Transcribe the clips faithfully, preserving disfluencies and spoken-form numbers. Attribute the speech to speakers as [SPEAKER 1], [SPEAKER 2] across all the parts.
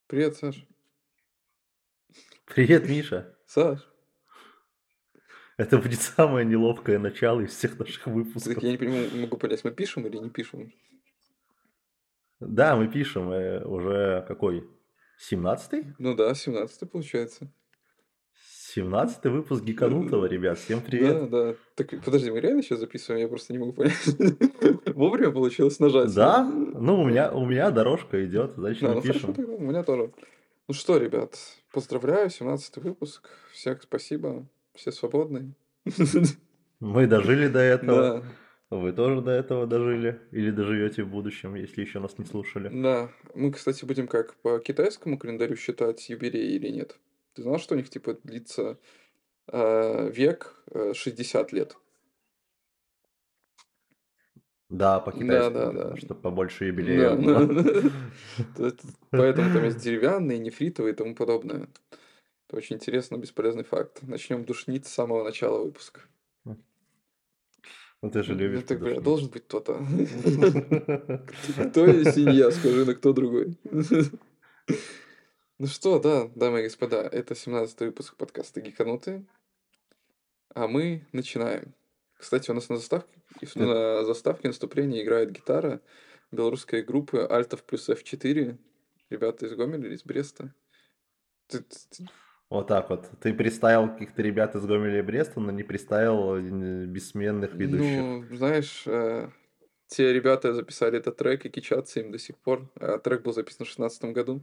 [SPEAKER 1] Привет, Саш.
[SPEAKER 2] Привет, Миша.
[SPEAKER 1] Саш,
[SPEAKER 2] Это будет самое неловкое начало из всех наших
[SPEAKER 1] так
[SPEAKER 2] выпусков.
[SPEAKER 1] я не понимаю, не могу понять, мы пишем или не пишем?
[SPEAKER 2] Да, мы пишем э, уже какой? семнадцатый?
[SPEAKER 1] Ну да, семнадцатый получается.
[SPEAKER 2] семнадцатый выпуск Гиканутого, ребят. Всем
[SPEAKER 1] Да,
[SPEAKER 2] привет.
[SPEAKER 1] да. Так, подожди, мы реально сейчас записываем? Я просто не могу понять. Вовремя получилось нажать, да?
[SPEAKER 2] Да, ну у меня, у меня дорожка идет, значит
[SPEAKER 1] Да,
[SPEAKER 2] мы
[SPEAKER 1] ну хорошо
[SPEAKER 2] пишем.
[SPEAKER 1] тогда, у меня тоже. Ну что, ребят, поздравляю, семнадцатый выпуск. Всех спасибо, все свободны.
[SPEAKER 2] Мы дожили до этого.
[SPEAKER 1] Да,
[SPEAKER 2] Вы тоже до этого дожили. Или доживете в будущем, если еще нас не слушали.
[SPEAKER 1] да. Мы, кстати, будем как по китайскому календарю считать юбилей или нет? Ты знал, что у них типа длится э, век э, шестьдесят лет?
[SPEAKER 2] Да, по
[SPEAKER 1] Да, да,
[SPEAKER 2] китайскому,
[SPEAKER 1] да.
[SPEAKER 2] чтобы побольше
[SPEAKER 1] Да,
[SPEAKER 2] юбилеев
[SPEAKER 1] да.
[SPEAKER 2] было.
[SPEAKER 1] То есть поэтому там есть деревянные, нефритовые и тому подобное. Это очень интересный, но бесполезный факт. Начнем душнить с самого начала выпуска.
[SPEAKER 2] Ну ты же
[SPEAKER 1] Ну,
[SPEAKER 2] любишь
[SPEAKER 1] так, бля,
[SPEAKER 2] подушнить.
[SPEAKER 1] должен быть кто-то. Кто, если не я, скажи, на кто другой. Ну что, да, дамы и господа, это семнадцатый выпуск подкаста «Гиканутые», а мы начинаем. Кстати, у нас на заставке,
[SPEAKER 2] Э,
[SPEAKER 1] на заставке наступления играет гитара белорусской группы Альтов плюс эф четыре. Ребята из Гомеля или из Бреста. Ты- ты- ты-
[SPEAKER 2] Вот так вот. Ты представил каких-то ребят из Гомеля и Бреста, но не представил э, бессменных ведущих.
[SPEAKER 1] Ну, знаешь, э, те ребята записали этот трек и кичатся им до сих пор. А трек был записан в шестнадцатом году.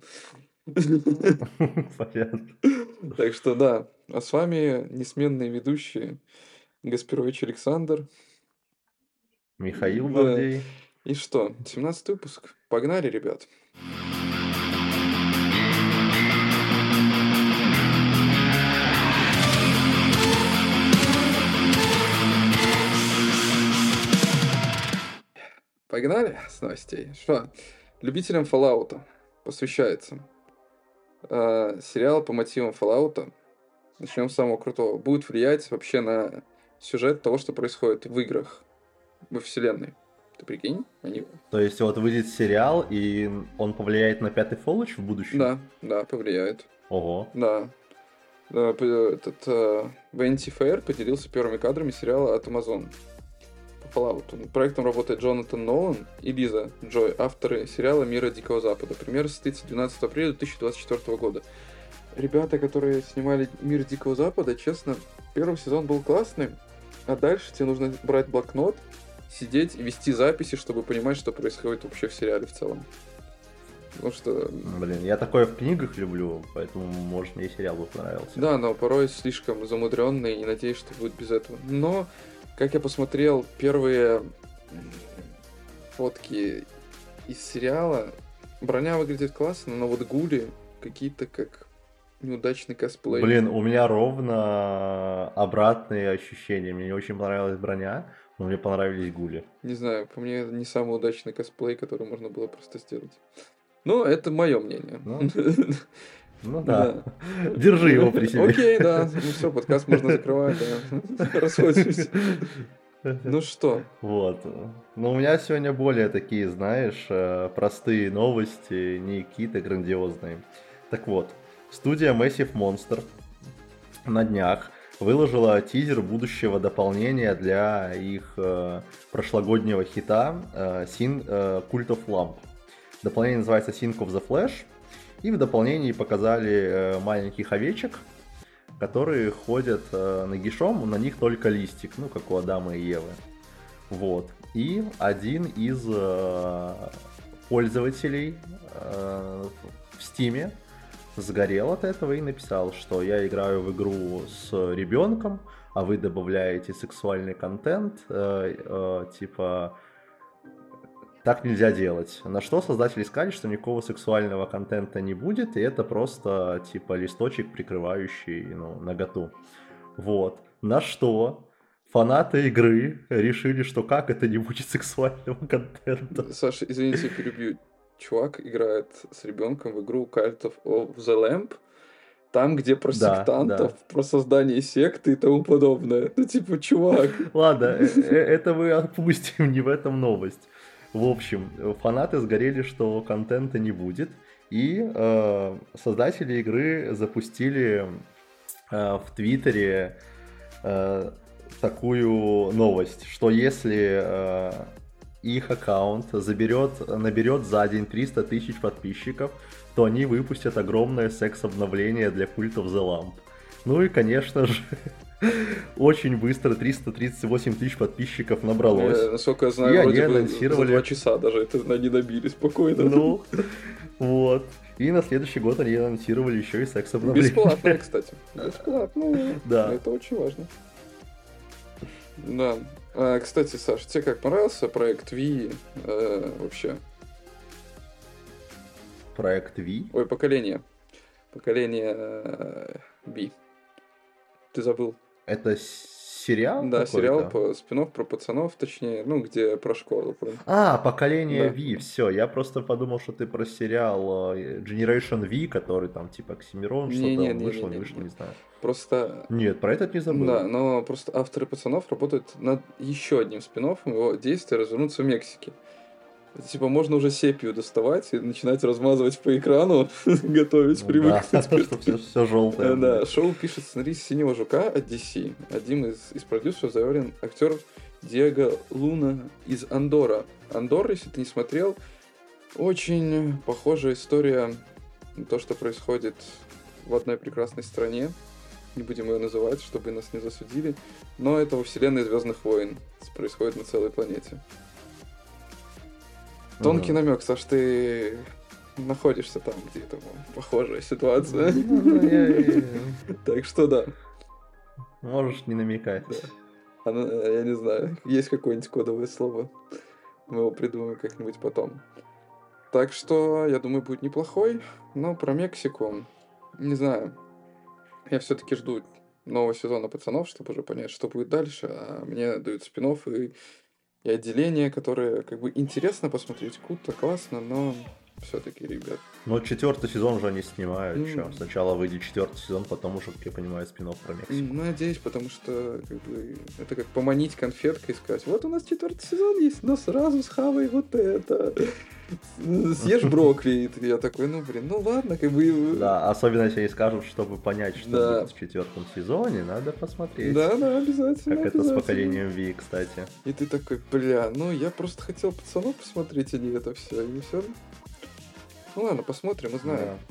[SPEAKER 2] Понятно.
[SPEAKER 1] Так что да. А с вами несменные ведущие Гаспирович Александр.
[SPEAKER 2] Михаил
[SPEAKER 1] Да.
[SPEAKER 2] Бавдей.
[SPEAKER 1] И что, семнадцатый выпуск. Погнали, ребят. Погнали с новостей. Что, любителям Fallout посвящается э, сериал по мотивам Fallout. Начнем с самого крутого. Будет влиять вообще на сюжет того, что происходит в играх во вселенной. Ты прикинь? Они...
[SPEAKER 2] То есть вот выйдет сериал, и он повлияет на пятый Fallout в будущем?
[SPEAKER 1] Да, да, повлияет.
[SPEAKER 2] Ого.
[SPEAKER 1] Да. Да, п- Этот э, Vanity Fair поделился первыми кадрами сериала от Amazon по Fallout. Над проектом работает Джонатан Нолан и Лиза Джой, авторы сериала «Мира Дикого Запада». Премьера состоится двенадцатого апреля две тысячи двадцать четвёртого года. Ребята, которые снимали «Мир Дикого Запада», честно, первый сезон был классный, а дальше тебе нужно брать блокнот, сидеть и вести записи, чтобы понимать, что происходит вообще в сериале в целом. Потому что,
[SPEAKER 2] Блин, я такое в книгах люблю, поэтому, может, мне и сериал бы понравился.
[SPEAKER 1] да, но порой слишком замудренный, и надеюсь, что будет без этого. Но, как я посмотрел первые м, фотки из сериала, броня выглядит классно, но вот гули какие-то как неудачный косплей.
[SPEAKER 2] Блин, у меня ровно обратные ощущения. Мне не очень понравилась броня, но мне понравились гули.
[SPEAKER 1] Не знаю, по мне, это не самый удачный косплей, который можно было просто сделать. Но это мое мнение.
[SPEAKER 2] Ну, ну да.
[SPEAKER 1] Да.
[SPEAKER 2] Держи его при себе.
[SPEAKER 1] Окей, да. Ну все, подкаст можно закрывать, да. Расходимся. Ну что,
[SPEAKER 2] Вот. Но у меня сегодня более такие, знаешь, э, простые новости, не какие-то грандиозные. Так вот, студия Massive Monster на днях выложила тизер будущего дополнения для их э, прошлогоднего хита э, Sin э, Cult of Lamp. Дополнение называется Sync of the Flash. И в дополнении показали э, маленьких овечек, которые ходят э, нагишом, на них только листик, ну, как у Адама и Евы. Вот. И один из э, пользователей э, в Стиме сгорел от этого и написал, что я играю в игру с ребенком, а вы добавляете сексуальный контент, э, э, типа... Так нельзя делать. На что создатели сказали, что никакого сексуального контента не будет, и это просто типа листочек, прикрывающий, ну, наготу. Вот. На что фанаты игры решили, что как это не будет сексуального контента.
[SPEAKER 1] Саша, извините, перебью. Чувак играет с ребенком в игру Cult of the Lamp, там, где про
[SPEAKER 2] Да,
[SPEAKER 1] сектантов,
[SPEAKER 2] да.
[SPEAKER 1] про создание секты и тому подобное. Ну, типа, чувак.
[SPEAKER 2] Ладно, э- э- это мы отпустим, не в этом новость. В общем, фанаты сгорели, что контента не будет, И э, создатели игры запустили э, в Твиттере э, такую новость, что если э, их аккаунт заберет, наберет за день триста тысяч подписчиков, то они выпустят огромное секс-обновление для Cult of the Lamp. Ну и, конечно же, очень быстро триста тридцать восемь тысяч подписчиков набралось.
[SPEAKER 1] Э, насколько я знаю,
[SPEAKER 2] И
[SPEAKER 1] вроде
[SPEAKER 2] они
[SPEAKER 1] бы
[SPEAKER 2] анонсировали...
[SPEAKER 1] за два часа даже это они добили спокойно.
[SPEAKER 2] Ну, вот. И на следующий год они анонсировали еще и секс-обновление.
[SPEAKER 1] Бесплатно, кстати. Бесплатно.
[SPEAKER 2] Да.
[SPEAKER 1] Это очень важно. Да. А, кстати, Саш, тебе как понравился проект Ви э, вообще?
[SPEAKER 2] Проект Ви?
[SPEAKER 1] Ой, поколение. Поколение э, Ви. Ты забыл?
[SPEAKER 2] Это сериал
[SPEAKER 1] Да,
[SPEAKER 2] какой-то?
[SPEAKER 1] сериал по спин-офф про пацанов, точнее, ну, где про школу. Про...
[SPEAKER 2] А, поколение
[SPEAKER 1] Да.
[SPEAKER 2] Ви, все. Я просто подумал, что ты про сериал э, Generation V, который там типа Оксимирон,
[SPEAKER 1] Не,
[SPEAKER 2] что-то
[SPEAKER 1] не,
[SPEAKER 2] он
[SPEAKER 1] не,
[SPEAKER 2] вышел,
[SPEAKER 1] не,
[SPEAKER 2] не
[SPEAKER 1] не,
[SPEAKER 2] вышел,
[SPEAKER 1] не.
[SPEAKER 2] не знаю.
[SPEAKER 1] Просто...
[SPEAKER 2] Нет, про этот не забыл.
[SPEAKER 1] Да, но просто авторы пацанов работают над еще одним спин-оффом, его действия развернутся в Мексике. Это, типа, можно уже сепию доставать и начинать размазывать по экрану, готовить,
[SPEAKER 2] Ну
[SPEAKER 1] привыкнуть.
[SPEAKER 2] да, что все, все желтое.
[SPEAKER 1] Э, Да,
[SPEAKER 2] будет.
[SPEAKER 1] шоу пишет сценарист «Синего жука» от ди си. Один из, из продюсеров заявлен актер Диего Луна из Андора. Андор, если ты не смотрел, очень похожая история на то, что происходит в одной прекрасной стране. Не будем ее называть, чтобы нас не засудили. Но это во вселенной Звездных войн. Происходит на целой планете. Тонкий
[SPEAKER 2] Мгм.
[SPEAKER 1] намек, Саш, ты находишься там где-то, похожая ситуация.
[SPEAKER 2] Ну, ну, я- я-
[SPEAKER 1] Так что да.
[SPEAKER 2] Можешь не намекать.
[SPEAKER 1] Да. Она, э, я не знаю, есть какое-нибудь кодовое слово. Мы его придумаем как-нибудь потом. Так что, я думаю, будет неплохой. Но про Мексику, не знаю. Я все-таки жду нового сезона пацанов, чтобы уже понять, что будет дальше. А мне дают спин-офф и, и отделение, которые как бы интересно посмотреть. Круто, классно, но все-таки, ребят.
[SPEAKER 2] Но четвертый сезон уже не снимают.
[SPEAKER 1] Ну,
[SPEAKER 2] Чё? Сначала выйдет четвертый сезон, потом уже, как я понимаю, спин-офф про Мексику.
[SPEAKER 1] Надеюсь, потому что как бы это как поманить конфеткой и сказать, вот у нас четвертый сезон есть, но сразу схавай вот это. Съешь брокколи. И я такой, ну блин, ну ладно, как бы...
[SPEAKER 2] Да, особенно если они скажут, чтобы понять, что
[SPEAKER 1] Да.
[SPEAKER 2] будет в четвертом сезоне, надо посмотреть.
[SPEAKER 1] Да, да, обязательно.
[SPEAKER 2] Как это с
[SPEAKER 1] обязательно.
[SPEAKER 2] поколением Ви, кстати.
[SPEAKER 1] И ты такой, бля, ну я просто хотел пацанов посмотреть, а не это все. И все. Ну ладно, посмотрим, узнаем.
[SPEAKER 2] Да.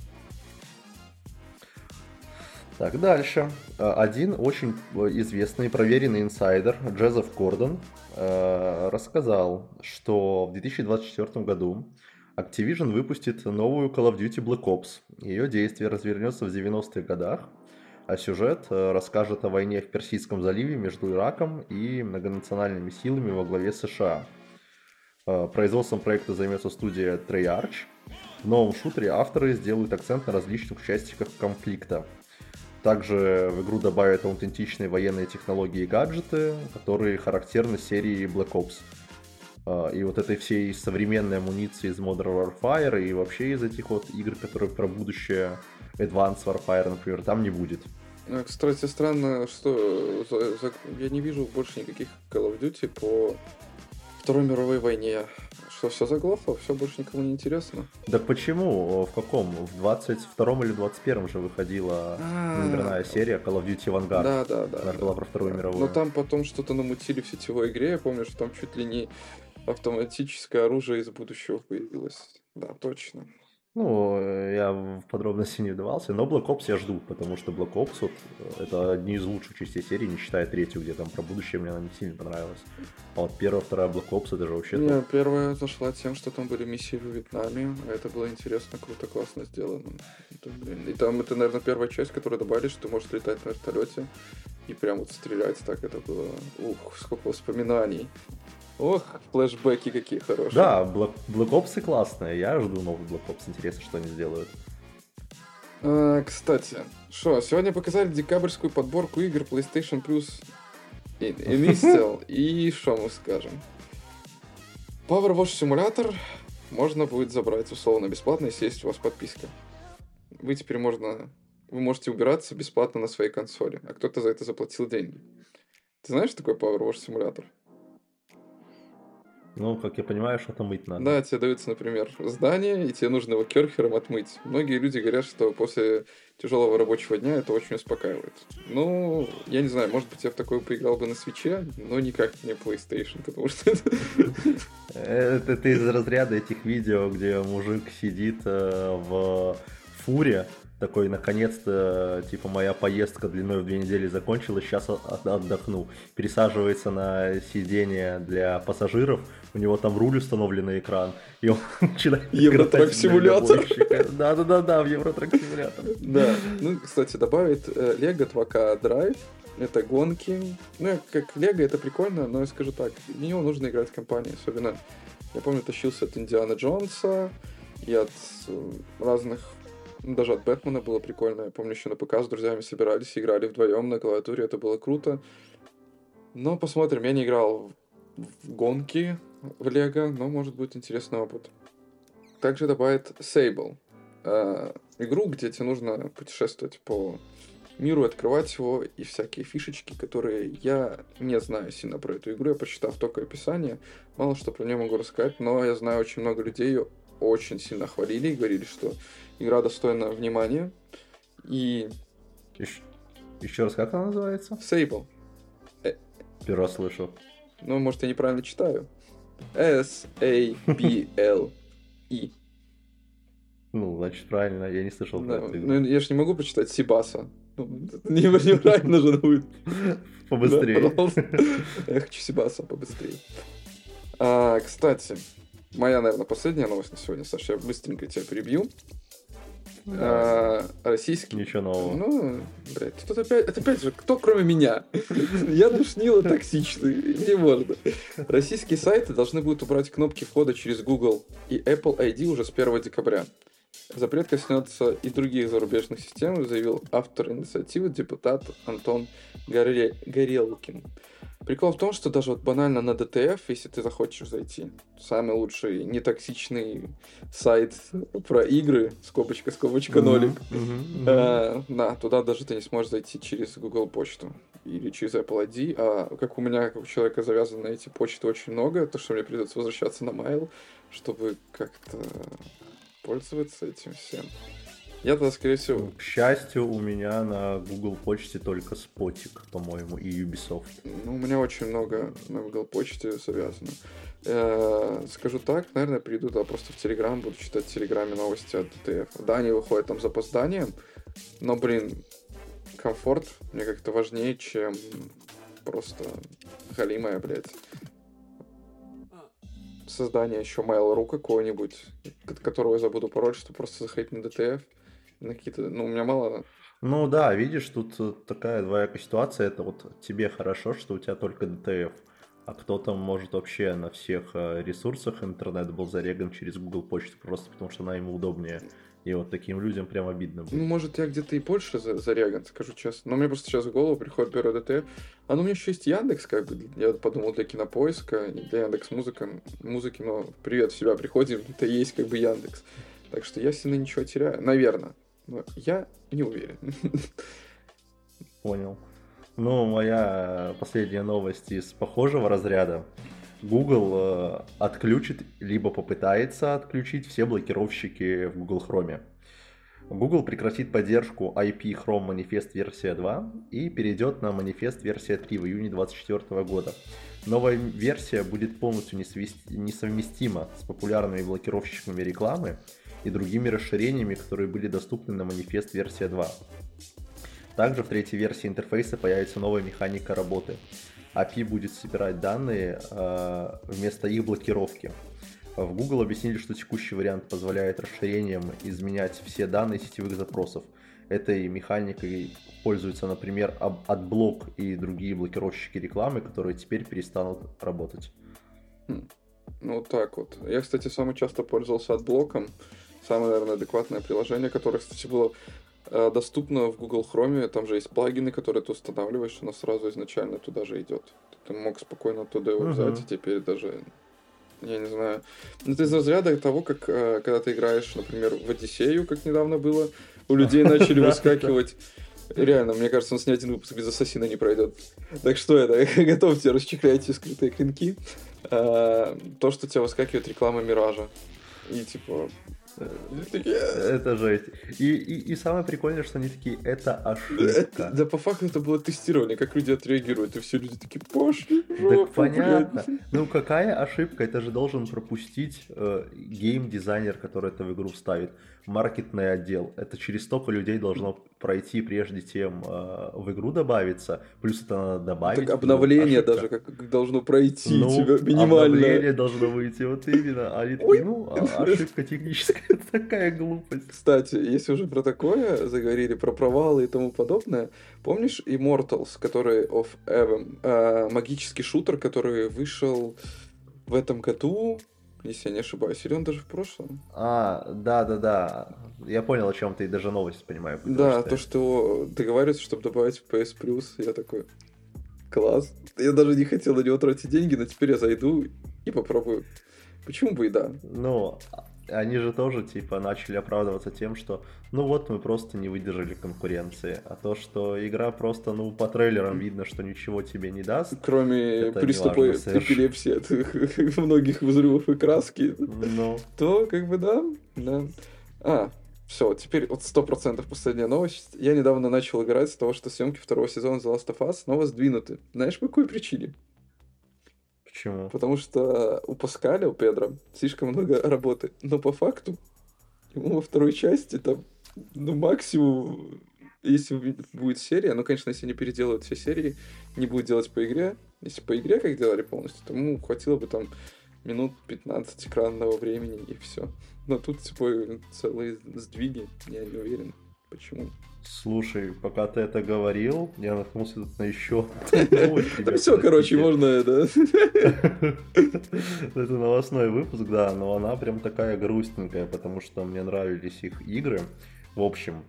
[SPEAKER 2] Так, дальше. Э, Один очень известный и проверенный инсайдер, Джозеф Кордон, э, рассказал, что в две тысячи двадцать четвёртом году Activision выпустит новую Call of Duty Black Ops. Ее действие развернется в девяностых годах, а сюжет э, расскажет о войне в Персидском заливе между Ираком и многонациональными силами во главе США. Э, Производством проекта займется студия Treyarch. В новом шутере авторы сделают акцент на различных участниках конфликта. Также в игру добавят аутентичные военные технологии и гаджеты, которые характерны серии Black Ops. А, И вот этой всей современной амуниции из Modern Warfare и вообще из этих вот игр, которые про будущее, Advanced Warfare, например, там не будет.
[SPEAKER 1] А, Кстати, странно, что за- за- я не вижу больше никаких Call of Duty по Второй мировой войне. Что, все заглохло? Все больше никому не интересно?
[SPEAKER 2] Да почему? В каком? В двадцать втором или двадцать первом же выходила
[SPEAKER 1] А,
[SPEAKER 2] номерная серия Call of Duty Vanguard.
[SPEAKER 1] Да, да, да.
[SPEAKER 2] Она
[SPEAKER 1] да,
[SPEAKER 2] была про Вторую
[SPEAKER 1] да.
[SPEAKER 2] мировую.
[SPEAKER 1] Но там потом что-то намутили в сетевой игре. Я помню, что там чуть ли не автоматическое оружие из будущего появилось. Да, точно.
[SPEAKER 2] Ну, э, я в подробности не вдавался, но Black Ops я жду, потому что Black Ops вот, э, это одни из лучших частей серии, не считая третью, где там про будущее мне она не сильно понравилась. А вот первая, вторая Black Ops это же вообще топ.
[SPEAKER 1] Мне первая зашла тем, что там были миссии в Вьетнаме, а это было интересно, круто, классно сделано. Это, блин, и там это, наверное, первая часть, которую добавили, что ты можешь летать на вертолете и прям вот стрелять так. Это было, ух, сколько воспоминаний. Ох, флешбеки какие хорошие.
[SPEAKER 2] Да, Black, Black Ops классные, я жду новый Black Ops, интересно, что они сделают.
[SPEAKER 1] А, кстати, что, сегодня показали декабрьскую подборку игр PlayStation Plus и Initial, и что мы скажем? Power Wash Simulator можно будет забрать условно бесплатно, если есть у вас подписка. Вы теперь можно, вы можете убираться бесплатно на своей консоли, а кто-то за это заплатил деньги. Ты знаешь, что такое Power Wash Simulator?
[SPEAKER 2] Ну, как я понимаю, что-то мыть надо.
[SPEAKER 1] Да, тебе даются, например, здание, и тебе нужно его керхером отмыть. Многие люди говорят, что после тяжелого рабочего дня это очень успокаивает. Ну, я не знаю, может быть, я в такое поиграл бы на свитче, но никак не PlayStation, потому что это...
[SPEAKER 2] Это ты из разряда этих видео, где мужик сидит э, в фуре, такой, наконец-то, типа, моя поездка длиной в две недели закончилась, сейчас отдохну. Пересаживается на сиденье для пассажиров, у него там руль установленный экран, и он начинает
[SPEAKER 1] Евротрак-симулятор.
[SPEAKER 2] Да-да-да, в Евротрак-симулятор.
[SPEAKER 1] Да, ну, кстати, добавит Lego два ка Drive, это гонки. Ну, как Лего, это прикольно, но я скажу так, в него нужно играть в компании, особенно, я помню, тащился от Индиана Джонса и от разных, ну, даже от Бэтмена было прикольно. Я помню, еще на ПК с друзьями собирались, играли вдвоем на клавиатуре, это было круто. Но посмотрим, я не играл в гонки в Лего, но может быть интересный опыт. Также добавит Sable, э, игру, где тебе нужно путешествовать по миру, открывать его, и всякие фишечки, которые я не знаю сильно про эту игру, я прочитав только описание, мало что про нее могу рассказать, но я знаю, очень много людей ее очень сильно хвалили и говорили, что игра достойна внимания, и...
[SPEAKER 2] Еще, еще раз, как она называется?
[SPEAKER 1] Sable.
[SPEAKER 2] Первый раз слышу.
[SPEAKER 1] Ну, может, я неправильно читаю. эс эй би эл и.
[SPEAKER 2] Ну, значит, правильно, я не слышал про
[SPEAKER 1] Да,
[SPEAKER 2] эту игру.
[SPEAKER 1] ну, я же не могу прочитать Сибаса. Ну, неправильно же будет.
[SPEAKER 2] Побыстрее.
[SPEAKER 1] Да, я хочу Сибаса побыстрее. А, кстати, моя, наверное, последняя новость на сегодня, Саша, я быстренько тебя перебью.
[SPEAKER 2] Да.
[SPEAKER 1] А, российский...
[SPEAKER 2] Ничего нового.
[SPEAKER 1] Ну, блядь, тут опять, это опять же, кто кроме меня? Я душнило токсичный, не можно. Российские сайты должны будут убрать кнопки входа через Google и Apple ай ди уже с первого декабря. Запрет коснется и других зарубежных систем, заявил автор инициативы депутат Антон Горе... Горелкин. Прикол в том, что даже вот банально на ди ти эф, если ты захочешь зайти, самый лучший нетоксичный сайт про игры, скобочка, скобочка, нолик,
[SPEAKER 2] Mm-hmm, mm-hmm.
[SPEAKER 1] э, да, туда даже ты не сможешь зайти через Google почту или через Apple ай ди, а как у меня, как у человека завязано на эти почты очень много, то что мне придется возвращаться на mail, чтобы как-то пользоваться этим всем. Я тогда, скорее всего...
[SPEAKER 2] К счастью, у меня на Google почте только Спотик, по-моему, и Ubisoft.
[SPEAKER 1] Ну, у меня очень много на Google почте завязано. Э-э- скажу так, наверное, приду туда просто в Telegram, буду читать в Телеграме новости от ди ти эф. Да, они выходят там с запозданием, но, блин, комфорт мне как-то важнее, чем просто галимая, блядь, создание еще Mail.ru какого-нибудь, от которого я забуду пароль, чтобы просто заходить на ди ти эф. На какие-то... Ну, у меня мало...
[SPEAKER 2] Ну да, видишь, тут такая двоякая ситуация. Это вот тебе хорошо, что у тебя только ди ти эф, а кто-то может вообще на всех ресурсах интернет был зареган через Google почту, просто потому что она ему удобнее. И вот таким людям прям обидно будет.
[SPEAKER 1] Ну, может, я где-то и больше зареган, скажу честно. Но мне просто сейчас в голову приходит первое ди ти эф. А ну, у меня еще есть Яндекс, как бы. Я подумал для Кинопоиска, и для Яндекс.Музыки, музыки, но привет, в себя приходим, это и есть как бы Яндекс. Так что я сильно ничего теряю, наверное. Но я не уверен.
[SPEAKER 2] Понял. Ну, моя последняя новость из похожего разряда. Google э, отключит, либо попытается отключить все блокировщики в Google Chrome. Google прекратит поддержку ай пи Chrome Manifest версия два и перейдет на Manifest версия три в июне двадцать четвёртого года. Новая версия будет полностью несовместима с популярными блокировщиками рекламы и другими расширениями, которые были доступны на Manifest версия два. Также в третьей версии интерфейса появится новая механика работы. эй пи ай будет собирать данные э, вместо их блокировки. В Google объяснили, что текущий вариант позволяет расширениям изменять все данные сетевых запросов. Этой механикой пользуются, например, AdBlock и другие блокировщики рекламы, которые теперь перестанут работать.
[SPEAKER 1] Ну, вот так вот. Я, кстати, самый часто пользовался AdBlock'ом. Самое, наверное, адекватное приложение, которое, кстати, было э, доступно в Google Chrome. Там же есть плагины, которые ты устанавливаешь, оно сразу изначально туда же идет. Ты мог спокойно оттуда его взять, uh-huh. и теперь даже, я не знаю. Ну, это из разряда того, как э, когда ты играешь, например, в Одиссею, как недавно было, у людей начали выскакивать Реально, мне кажется, он с ни один выпуск без ассасина не пройдет. Так что это, готовьте, расчехляйте скрытые клинки. А, то, что у тебя выскакивает реклама Миража. И типа...
[SPEAKER 2] Это жесть. И, и, и самое прикольное, что они такие, это ошибка.
[SPEAKER 1] Это, да по факту это было тестирование, как люди отреагируют. И все люди такие, пошли,
[SPEAKER 2] жопу, так понятно. Блядь. Ну какая ошибка? Это же должен пропустить э, гейм-дизайнер, который это в игру вставит. Маркетный отдел. Это через столько людей должно пройти, прежде чем э, в игру добавиться. Плюс это надо добавить.
[SPEAKER 1] Так обновление ошибка. Даже как должно пройти
[SPEAKER 2] ну,
[SPEAKER 1] тебя минимально.
[SPEAKER 2] Обновление должно выйти, вот именно. А такие, ну, ошибка техническая. Такая глупость.
[SPEAKER 1] Кстати, если уже про такое заговорили, про провалы и тому подобное, помнишь Immortals, который of Evan, э, магический шутер, который вышел в этом году, если я не ошибаюсь, или он даже в прошлом?
[SPEAKER 2] А, да-да-да, я понял, о чем ты, даже новость понимаю.
[SPEAKER 1] Да, что... то, что договариваются, чтобы добавить в пи эс Plus, я такой, класс. Я даже не хотел на него тратить деньги, но теперь я зайду и попробую. Почему бы и да?
[SPEAKER 2] Ну, они же тоже, типа, начали оправдываться тем, что, ну вот, мы просто не выдержали конкуренции. А то, что игра просто, ну, по трейлерам видно, что ничего тебе не даст.
[SPEAKER 1] Кроме приступа эпилепсии от многих взрывов и краски.
[SPEAKER 2] Ну.
[SPEAKER 1] То, как бы, да, да. А, все, теперь вот сто процентов последняя новость. Я недавно начал играть с того, что съемки второго сезона The Last of Us снова сдвинуты. Знаешь, по какой причине?
[SPEAKER 2] Почему?
[SPEAKER 1] Потому что у Паскаля, у Педро, слишком много работы. Но по факту ему во второй части там, ну, максимум, если будет серия, ну, конечно, если они переделают все серии, не будет делать по игре. Если по игре как делали полностью, то ему хватило бы там минут пятнадцать экранного времени и все. Но тут типа целые сдвиги, я не уверен, почему.
[SPEAKER 2] Слушай, пока ты это говорил, я наткнулся тут на еще
[SPEAKER 1] Да все, короче, можно, да.
[SPEAKER 2] Это новостной выпуск, да, но она прям такая грустненькая, потому что мне нравились их игры. В общем,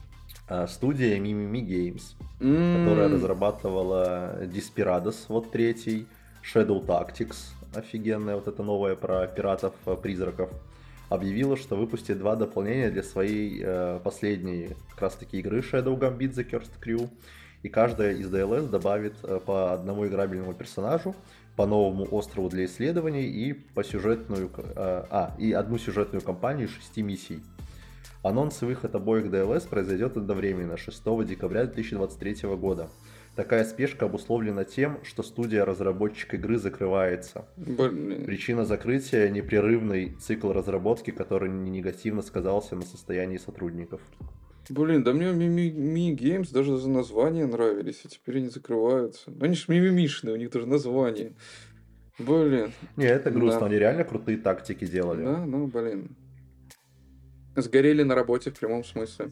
[SPEAKER 2] студия Mimimi Games, которая разрабатывала Desperados, вот третий, Shadow Tactics, офигенная вот эта новая про пиратов-призраков, объявила, что выпустит два дополнения для своей э, последней как раз таки игры Shadow Gambit The Cursed Crew. И каждая из ди эл эс добавит э, по одному играбельному персонажу, по новому острову для исследований и по сюжетную, э, а, и одну сюжетную кампанию шести миссий. Анонс и выход обоих ди эл эс произойдет одновременно, шестого декабря две тысячи двадцать третьего года. Такая спешка обусловлена тем, что студия-разработчик игры закрывается.
[SPEAKER 1] Блин.
[SPEAKER 2] Причина закрытия – непрерывный цикл разработки, который негативно сказался на состоянии сотрудников.
[SPEAKER 1] Блин, да мне Mimimi Games даже за названия нравились, а теперь они закрываются. Они ж мимимишные, у них даже название. Блин.
[SPEAKER 2] Не, это грустно, да. Они реально крутые тактики делали.
[SPEAKER 1] Да, ну блин. Сгорели на работе в прямом смысле.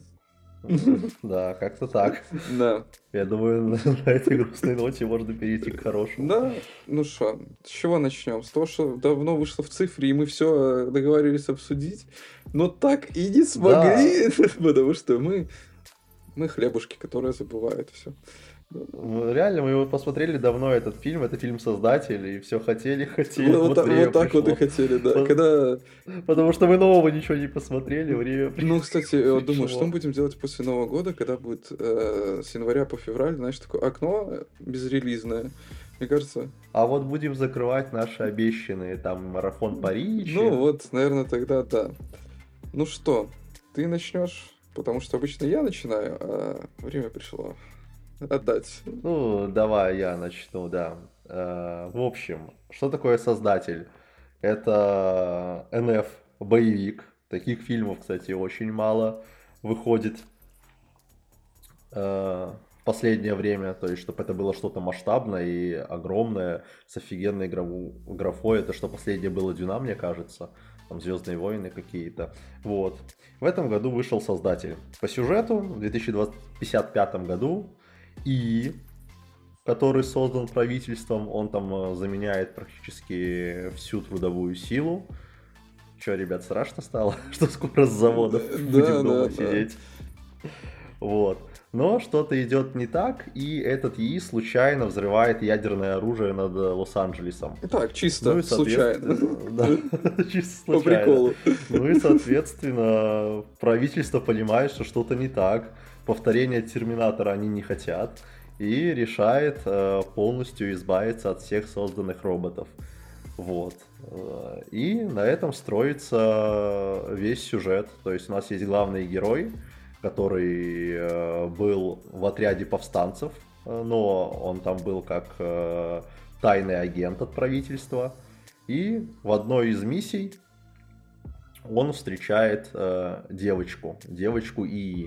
[SPEAKER 2] Да, как-то так.
[SPEAKER 1] Да.
[SPEAKER 2] Я думаю, на этой грустной ноте можно перейти к хорошему.
[SPEAKER 1] Да, ну что, с чего начнем? С того, что давно вышло в цифре, и мы все договаривались обсудить, но так и не смогли, да. Потому что мы, мы хлебушки, которые забывают все.
[SPEAKER 2] Реально, мы его посмотрели давно, этот фильм, это фильм создателей, и все хотели, хотели.
[SPEAKER 1] Вот,
[SPEAKER 2] вот,
[SPEAKER 1] вот, вот так пришло. Вот и хотели, да.
[SPEAKER 2] По-
[SPEAKER 1] Когда...
[SPEAKER 2] Потому что мы нового ничего не посмотрели, время пришло.
[SPEAKER 1] Ну, кстати, я думаю, что мы будем делать после Нового года, когда будет э, с января по февраль, знаешь, такое окно безрелизное. Мне кажется...
[SPEAKER 2] А вот будем закрывать наши обещанные, там, марафон Париж.
[SPEAKER 1] Ну, вот, наверное, тогда да. Ну что, ты начнешь? Потому что обычно я начинаю, а время пришло отдать.
[SPEAKER 2] Ну, давай я начну, да. Э, в общем, что такое создатель? Это эн эф боевик. Таких фильмов, кстати, очень мало выходит э, в последнее время. То есть, чтобы это было что-то масштабное и огромное, с офигенной граф- графой. Это что последнее было Дюна, мне кажется. Там Звездные войны какие-то. Вот. В этом году вышел создатель. По сюжету в две тысячи пятьдесят пятом году И, который создан правительством, он там заменяет практически всю трудовую силу. Че, ребят, страшно стало, что скоро с заводов
[SPEAKER 1] да,
[SPEAKER 2] будем
[SPEAKER 1] да,
[SPEAKER 2] дома
[SPEAKER 1] да,
[SPEAKER 2] сидеть?
[SPEAKER 1] Да.
[SPEAKER 2] Вот. Но что-то идет не так, и этот ИИ случайно взрывает ядерное оружие над Лос-Анджелесом.
[SPEAKER 1] Так, чисто
[SPEAKER 2] Ну и,
[SPEAKER 1] случайно.
[SPEAKER 2] Да, чисто
[SPEAKER 1] По
[SPEAKER 2] случайно.
[SPEAKER 1] приколу.
[SPEAKER 2] Ну и, соответственно, правительство понимает, что что-то не так. Повторения Терминатора они не хотят. И решает э, полностью избавиться от всех созданных роботов. Вот. Э, И на этом строится весь сюжет. То есть у нас есть главный герой, который э, был в отряде повстанцев, э, но он там был как э, тайный агент от правительства. И в одной из миссий он встречает э, девочку, девочку ИИ.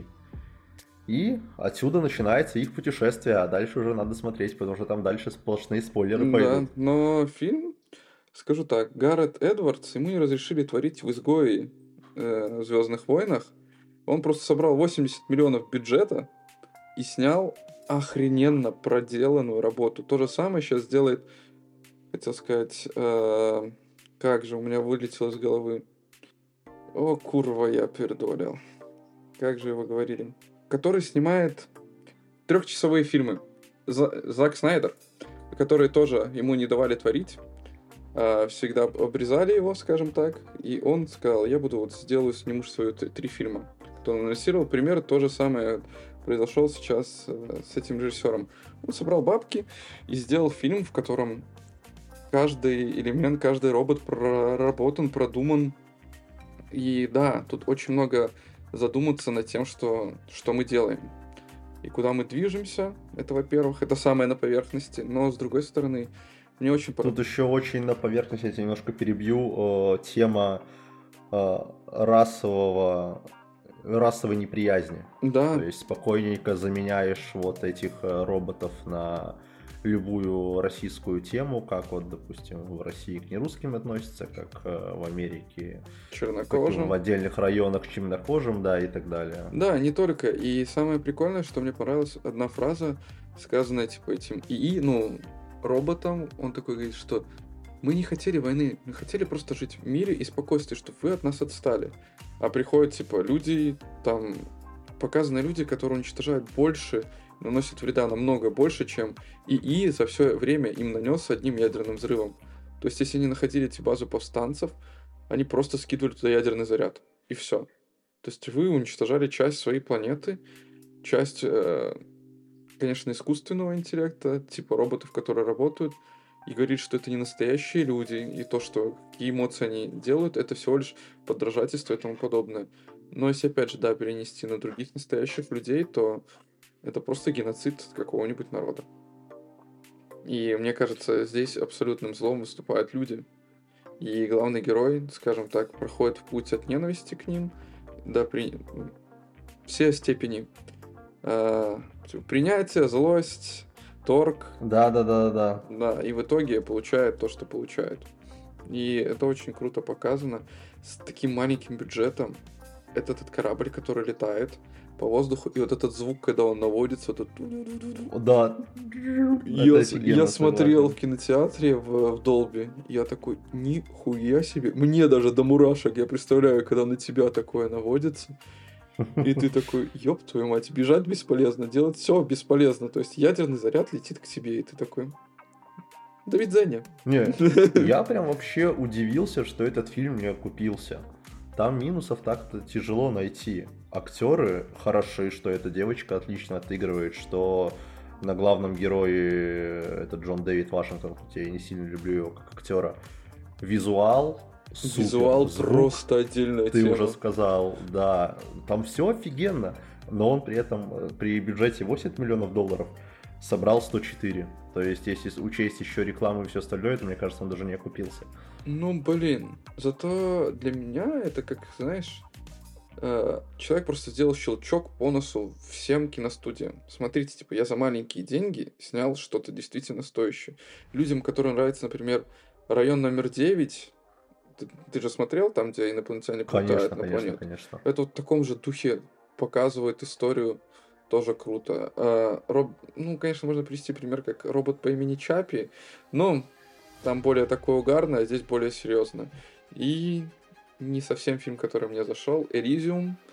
[SPEAKER 2] И отсюда начинается их путешествие, а дальше уже надо смотреть, потому что там дальше сплошные спойлеры
[SPEAKER 1] Да,
[SPEAKER 2] пойдут.
[SPEAKER 1] но фильм, скажу так, Гаррет Эдвардс, ему не разрешили творить в «Изгое», э, в «Звездных войнах». Он просто собрал восемьдесят миллионов бюджета и снял охрененно проделанную работу. То же самое сейчас сделает, хотел сказать, э, как же у меня вылетело из головы. О, курва, я пердолил. Как же его говорили? Который снимает трехчасовые фильмы. За- Зак Снайдер, которые тоже ему не давали творить. а, Всегда обрезали его, скажем так. И он сказал, я буду вот сделаю, сниму свою т- три фильма. Кто он анонсировал, пример, то же самое произошел сейчас э, с этим режиссером. Он собрал бабки и сделал фильм, в котором каждый элемент, каждый робот проработан, продуман. И да, тут очень много задуматься над тем, что, что мы делаем. И куда мы движемся, это, во-первых, это самое на поверхности. Но, с другой стороны, мне очень... пора-
[SPEAKER 2] Тут еще очень на поверхности, я тебя немножко перебью, э, тема э, расового, расовой неприязни. То
[SPEAKER 1] Да,
[SPEAKER 2] есть спокойненько заменяешь вот этих э, роботов на любую российскую тему, как вот, допустим, в России к нерусским относятся, как э, в Америке к таким в
[SPEAKER 1] чернокожим.
[SPEAKER 2] отдельных районах к темнокожим, да, и так далее.
[SPEAKER 1] Да, не только. И самое прикольное, что мне понравилась одна фраза, сказанная типа этим ИИ, ну, роботом. Он такой говорит, что мы не хотели войны, мы хотели просто жить в мире и спокойствии, чтобы вы от нас отстали. А приходят, типа, люди, там, показаны люди, которые уничтожают больше, наносят вреда намного больше, чем ИИ за все время им нанес одним ядерным взрывом. То есть, если они находили эти базу повстанцев, они просто скидывали туда ядерный заряд. И все. То есть вы уничтожали часть своей планеты, часть, э, конечно, искусственного интеллекта, типа роботов, которые работают, и говорит, что это не настоящие люди, и то, что какие эмоции они делают, это всего лишь подражательство и тому подобное. Но если, опять же, да, перенести на других настоящих людей, то это просто геноцид какого-нибудь народа. И мне кажется, здесь абсолютным злом выступают люди. И главный герой, скажем так, проходит в путь от ненависти к ним до при... все степени э, принятия, злость, торг,
[SPEAKER 2] Да, да, да, да.
[SPEAKER 1] да, и в итоге получает то, что получает. И это очень круто показано. С таким маленьким бюджетом. Это этот корабль, который летает по воздуху, и вот этот звук, когда он наводится, вот этот...
[SPEAKER 2] Да.
[SPEAKER 1] Я,
[SPEAKER 2] Это
[SPEAKER 1] с-
[SPEAKER 2] офигенно,
[SPEAKER 1] я смотрел в
[SPEAKER 2] согласен.
[SPEAKER 1] кинотеатре в, в Долби, я такой, нихуя себе, мне даже до мурашек, я представляю, когда на тебя такое наводится, и ты такой, ёб твою мать, бежать бесполезно, делать все бесполезно, то есть ядерный заряд летит к тебе, и ты такой, до видания.
[SPEAKER 2] Не, я прям вообще удивился, что этот фильм не окупился. Там минусов так-то тяжело найти. Актеры хороши, что эта девочка отлично отыгрывает, что на главном герое это Джон Дэвид Вашингтон, хотя я не сильно люблю его как актера. Визуал супер,
[SPEAKER 1] Визуал
[SPEAKER 2] звук,
[SPEAKER 1] просто отдельная
[SPEAKER 2] ты
[SPEAKER 1] тема.
[SPEAKER 2] уже сказал, да, там все офигенно, но он при этом э, при бюджете восемьдесят миллионов долларов собрал сто четыре. То есть, если учесть еще рекламу и все остальное, то, мне кажется, он даже не окупился.
[SPEAKER 1] Ну, блин, зато для меня это как, знаешь, э, человек просто сделал щелчок по носу всем киностудиям. Смотрите, типа, я за маленькие деньги снял что-то действительно стоящее. Людям, которым нравится, например, район номер девять, ты, ты же смотрел там, где инопланетяне прилетают
[SPEAKER 2] Конечно,
[SPEAKER 1] на
[SPEAKER 2] конечно,
[SPEAKER 1] планету?
[SPEAKER 2] конечно.
[SPEAKER 1] Это вот в таком же духе показывает историю, тоже круто. А, роб... Ну, конечно, можно привести пример, как робот по имени Чапи, но там более такое угарное, а здесь более серьезно. И не совсем фильм, который мне зашел. Элизиум.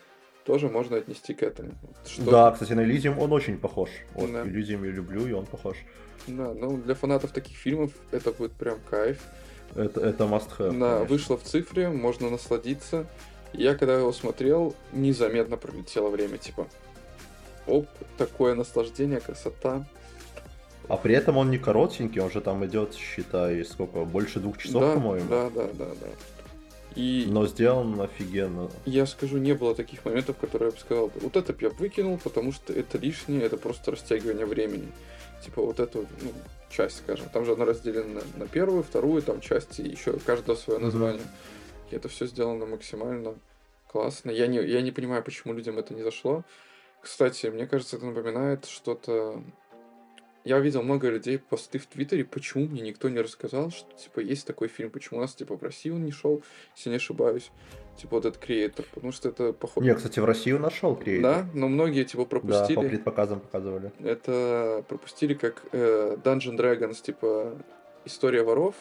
[SPEAKER 1] тоже можно отнести к этому. Что...
[SPEAKER 2] Да, кстати, на Elysium он очень похож. Вот,
[SPEAKER 1] да.
[SPEAKER 2] Elysium я люблю, и он похож.
[SPEAKER 1] Да, ну для фанатов таких фильмов это будет прям кайф.
[SPEAKER 2] Это, это must have.
[SPEAKER 1] Да, вышло в цифре, можно насладиться. Я когда его смотрел, незаметно пролетело время, типа, оп, такое наслаждение, красота.
[SPEAKER 2] А при этом он не коротенький, он же там идет, считай, сколько, больше двух часов,
[SPEAKER 1] да,
[SPEAKER 2] по-моему.
[SPEAKER 1] Да, да, да, да. И
[SPEAKER 2] но сделан офигенно.
[SPEAKER 1] Я скажу, не было таких моментов, которые я бы сказал, вот это бы я выкинул, потому что это лишнее, это просто растягивание времени. Типа вот эту ну, часть, скажем. Там же она разделена на первую, вторую, там части, еще каждое свое название. Mm-hmm. И это все сделано максимально классно. Я не, я не понимаю, почему людям это не зашло. Кстати, мне кажется, это напоминает что-то... Я видел много людей посты в Твиттере, почему мне никто не рассказал, что, типа, есть такой фильм, почему у нас, типа, в России он не шел, если не ошибаюсь, типа, вот этот Креатор, потому что это похоже...
[SPEAKER 2] Не, кстати, в Россию нашел Креатор.
[SPEAKER 1] Да, но многие, типа, пропустили.
[SPEAKER 2] Да, по предпоказам показывали.
[SPEAKER 1] Это пропустили как э, Dungeon Dragons, типа, история воров.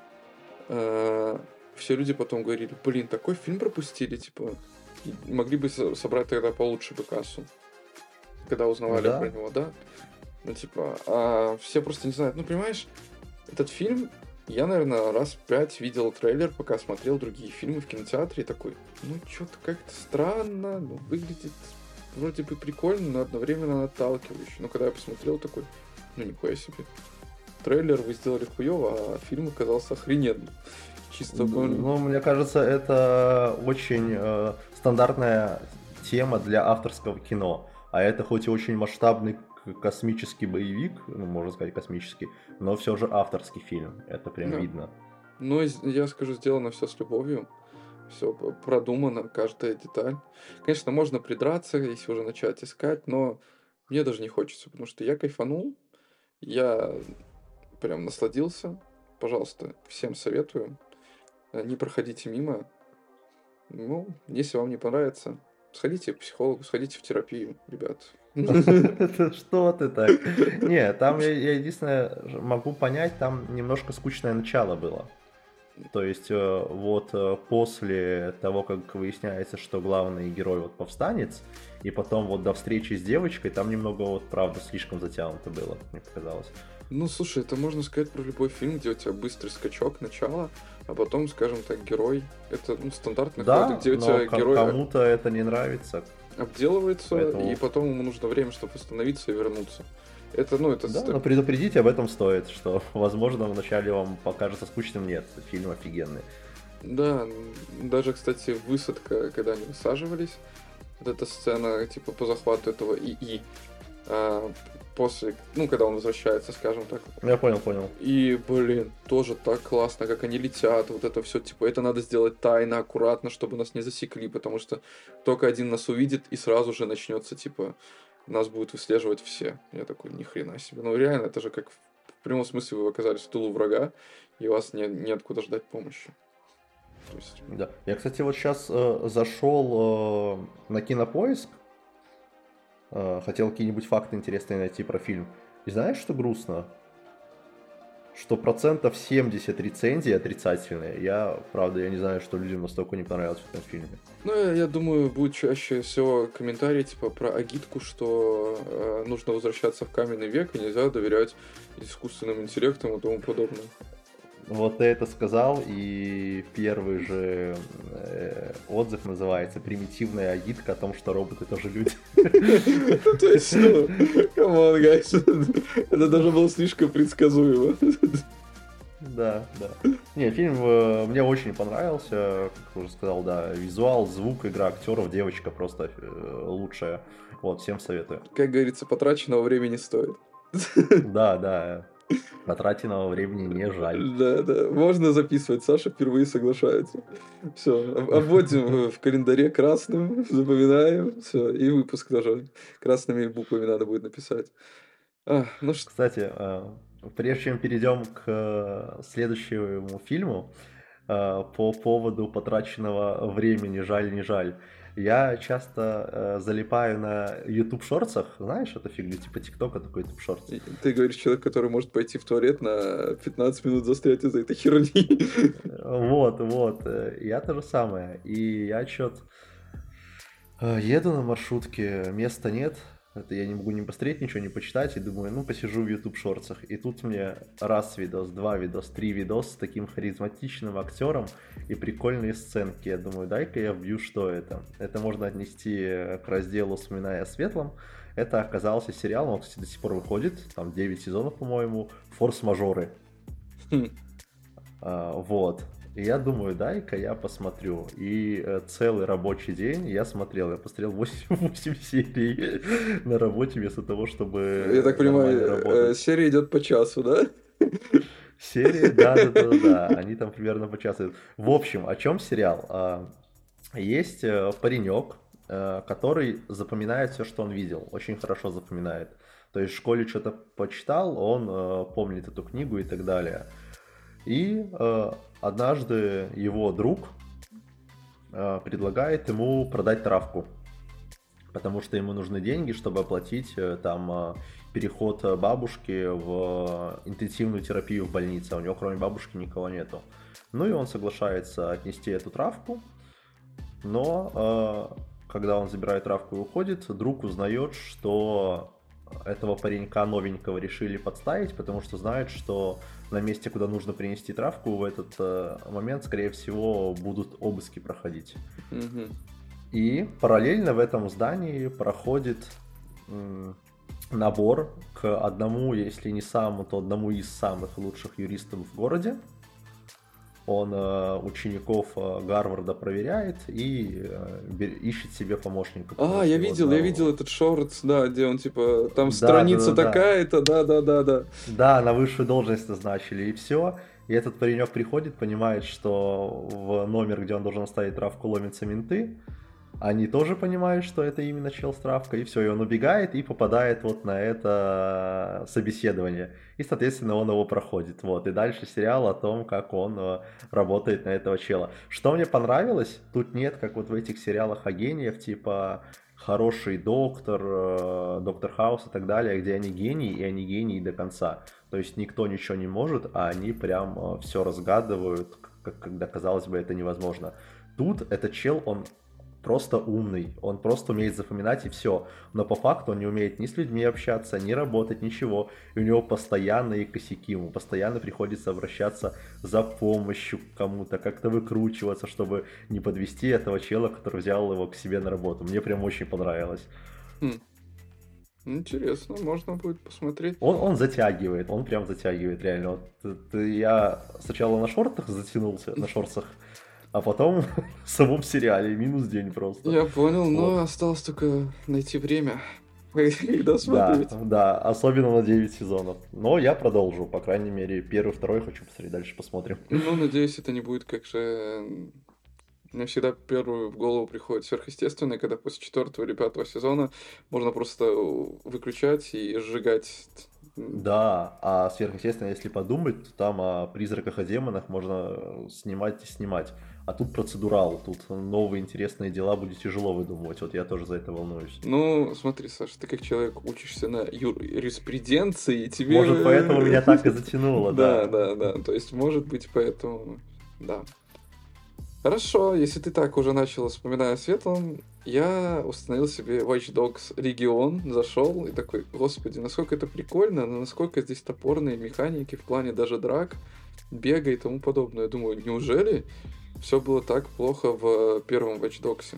[SPEAKER 1] Э, все люди потом говорили, блин, такой фильм пропустили, типа, могли бы собрать тогда получше бы кассу, когда узнавали
[SPEAKER 2] да?
[SPEAKER 1] про него, да? Ну, типа, а все просто не знают. Ну, понимаешь, этот фильм, я, наверное, раз пять видел трейлер, пока смотрел другие фильмы в кинотеатре, и такой, ну, что-то как-то странно, ну, выглядит вроде бы прикольно, но одновременно отталкивающе. Но когда я посмотрел, такой, ну, нихуя себе. Трейлер вы сделали хуёво, а фильм оказался охрененным. Чисто...
[SPEAKER 2] Ну, мне кажется, это очень э, стандартная тема для авторского кино. А это хоть и очень масштабный космический боевик, ну, можно сказать космический, но все же авторский фильм. Это прям да. видно.
[SPEAKER 1] Ну, я скажу, сделано все с любовью. Все продумано, каждая деталь. Конечно, можно придраться, если уже начать искать, но мне даже не хочется, потому что я кайфанул, я прям насладился. Пожалуйста, всем советую. Не проходите мимо. Ну, если вам не понравится, сходите к психологу, сходите в терапию, ребят.
[SPEAKER 2] Что ты так? Не, там я, я единственное могу понять, там немножко скучное начало было. То есть вот после того, как выясняется, что главный герой вот повстанец, и потом вот до встречи с девочкой, там немного вот правда слишком затянуто было, мне показалось.
[SPEAKER 1] Ну, слушай, это можно сказать про любой фильм, где у тебя быстрый скачок, начало, а потом, скажем так, герой. Это ну, стандартный
[SPEAKER 2] да,
[SPEAKER 1] ход, где у
[SPEAKER 2] но
[SPEAKER 1] тебя
[SPEAKER 2] к-
[SPEAKER 1] герой...
[SPEAKER 2] кому-то это не нравится.
[SPEAKER 1] Обделывается,
[SPEAKER 2] Поэтому...
[SPEAKER 1] и потом ему нужно время, чтобы восстановиться и вернуться. Это, ну, это...
[SPEAKER 2] Да, но предупредить об этом стоит, что, возможно, вначале вам покажется скучным. Нет, фильм офигенный.
[SPEAKER 1] Да, даже, кстати, высадка, когда они высаживались, вот эта сцена, типа, по захвату этого ИИ, а, после, ну, когда он возвращается, скажем так.
[SPEAKER 2] Я понял, понял.
[SPEAKER 1] И, блин, тоже так классно, как они летят, вот это все, типа, это надо сделать тайно, аккуратно, чтобы нас не засекли, потому что только один нас увидит, и сразу же начнется, типа, нас будут выслеживать все. Я такой, ни хрена себе. Ну, реально, это же как в прямом смысле вы оказались в тылу врага, и у вас не, неоткуда ждать помощи.
[SPEAKER 2] То есть... Да. Я, кстати, вот сейчас э, зашел э, на Кинопоиск, э, хотел какие-нибудь факты интересные найти про фильм. И знаешь, что грустно? Что процентов семьдесят рецензий отрицательные. Я, правда, я не знаю, что людям настолько не понравилось в этом фильме.
[SPEAKER 1] Ну, я, я думаю, будет чаще всего комментарии, типа, про агитку, что э, нужно возвращаться в каменный век, и нельзя доверять искусственным интеллектам и тому подобное.
[SPEAKER 2] Вот ты это сказал, и первый же э, отзыв называется «Примитивная агитка о том, что роботы тоже люди».
[SPEAKER 1] То есть, ну, камон, гайс, это даже было слишком предсказуемо.
[SPEAKER 2] Да, да. Не, фильм э, мне очень понравился, как уже сказал, да, визуал, звук, игра актеров, девочка просто э, лучшая. Вот, всем советую.
[SPEAKER 1] Как говорится, потраченного времени стоит.
[SPEAKER 2] Да, да. Потраченного времени не жаль.
[SPEAKER 1] Да, да. Можно записывать. Саша впервые соглашается. Все. Обводим в календаре красным, запоминаем. Все. И выпуск тоже красными буквами надо будет написать. А, ну что...
[SPEAKER 2] Кстати, прежде чем перейдем к следующему фильму, по поводу потраченного времени, жаль, не жаль. Я часто э, залипаю на YouTube шортсах, знаешь, эту фигню, типа ТикТока, такой YouTube шортс.
[SPEAKER 1] Ты говоришь, человек, который может пойти в туалет на пятнадцать минут застрять из-за этой херни.
[SPEAKER 2] Вот, вот, я то же самое. И я что-то Э, Еду на маршрутке, места нет. Это я не могу не посмотреть, ничего не почитать. И думаю, ну, посижу в YouTube шорцах. И тут мне раз видос, два видос, три видос с таким харизматичным актером и прикольные сценки. Я думаю, дай-ка я вбью, что это. Это можно отнести к разделу «Вспоминая о светлом». Это оказался сериал, он, кстати, до сих пор выходит, там девять сезонов, по-моему, «Форс-мажоры».
[SPEAKER 1] Хм.
[SPEAKER 2] А, вот. И я думаю, дай-ка я посмотрю. И э, целый рабочий день я смотрел. Я посмотрел восемь серий на работе вместо того, чтобы
[SPEAKER 1] Я так
[SPEAKER 2] нормально
[SPEAKER 1] понимаю, э,
[SPEAKER 2] работать.
[SPEAKER 1] серия идет по часу, да?
[SPEAKER 2] Серии, да-да-да-да, они там примерно по часу идут. В общем, о чем сериал? А, Есть э, паренек, э, который запоминает все, что он видел. Очень хорошо запоминает. То есть в школе что-то почитал, он э, помнит эту книгу и так далее. И э, однажды его друг э, предлагает ему продать травку, потому что ему нужны деньги, чтобы оплатить э, там э, переход бабушки в интенсивную терапию в больнице. А у него кроме бабушки никого нету. Ну и он соглашается отнести эту травку, но э, когда он забирает травку и уходит, друг узнает, что этого паренька новенького решили подставить, потому что знают, что на месте, куда нужно принести травку, в этот э, момент, скорее всего, будут обыски проходить.
[SPEAKER 1] Мгм.
[SPEAKER 2] И параллельно в этом здании проходит м, набор к одному, если не самому, то одному из самых лучших юристов в городе. Он э, учеников э, Гарварда проверяет и э, бе- ищет себе помощника. потому
[SPEAKER 1] А,
[SPEAKER 2] что
[SPEAKER 1] я
[SPEAKER 2] его
[SPEAKER 1] видел, я
[SPEAKER 2] одного-
[SPEAKER 1] видел этот шорт, да, где он типа, там
[SPEAKER 2] Да, да,
[SPEAKER 1] страница
[SPEAKER 2] да, да.
[SPEAKER 1] такая-то, да-да-да-да.
[SPEAKER 2] Да, на высшую должность назначили, и все. И этот паренек приходит, понимает, что в номер, где он должен оставить травку, ломятся менты. Они тоже понимают, что это именно чел с травкой, и все, и он убегает и попадает вот на это собеседование. И, соответственно, он его проходит. Вот. И дальше сериал о том, как он э, работает на этого чела. Что мне понравилось, тут нет, как вот в этих сериалах о гениях, типа хороший доктор, э, доктор Хаус и так далее, где они гении, и они гении до конца. То есть никто ничего не может, а они прям все разгадывают, как, когда, казалось бы, это невозможно. Тут этот чел, он просто умный, он просто умеет запоминать и все. Но по факту он не умеет ни с людьми общаться, ни работать, ничего. И у него постоянные косяки, ему постоянно приходится обращаться за помощью к кому-то, как-то выкручиваться, чтобы не подвести этого чела, который взял его к себе на работу. Мне прям очень понравилось.
[SPEAKER 1] Хм. Интересно, можно будет посмотреть.
[SPEAKER 2] Он, он затягивает, он прям затягивает, реально. Вот, т- т- я сначала на шортах затянулся, на шортах, а потом в самом сериале, минус день просто.
[SPEAKER 1] Я понял, но
[SPEAKER 2] Вот.
[SPEAKER 1] осталось только найти время, когда
[SPEAKER 2] Да,
[SPEAKER 1] смотреть.
[SPEAKER 2] да, особенно на девять сезонов. Но я продолжу, по крайней мере, первый, второй хочу посмотреть, дальше посмотрим.
[SPEAKER 1] Ну, надеюсь, это не будет как же... м, Мне всегда первую в голову приходит сверхъестественное, когда после четвертого или пятого сезона можно просто э, выключать и сжигать. м,
[SPEAKER 2] Да, а сверхъестественно, если подумать, то там о призраках и демонах можно снимать и снимать. А тут процедурал, тут новые интересные дела будет тяжело выдумывать. Вот я тоже за это волнуюсь.
[SPEAKER 1] Ну, смотри, Саша, ты как человек учишься на юриспруденции, и тебе...
[SPEAKER 2] Может, поэтому меня так и затянуло,
[SPEAKER 1] Да,
[SPEAKER 2] да.
[SPEAKER 1] да, да. То есть, может быть, поэтому... Да. Хорошо, если ты так уже начал, вспоминая о светлом, я установил себе Watch Dogs Legion, зашел и такой, господи, насколько это прикольно, но насколько здесь топорные механики в плане даже драк, бега и тому подобное. Я думаю, неужели все было так плохо в первом Watch Dogs?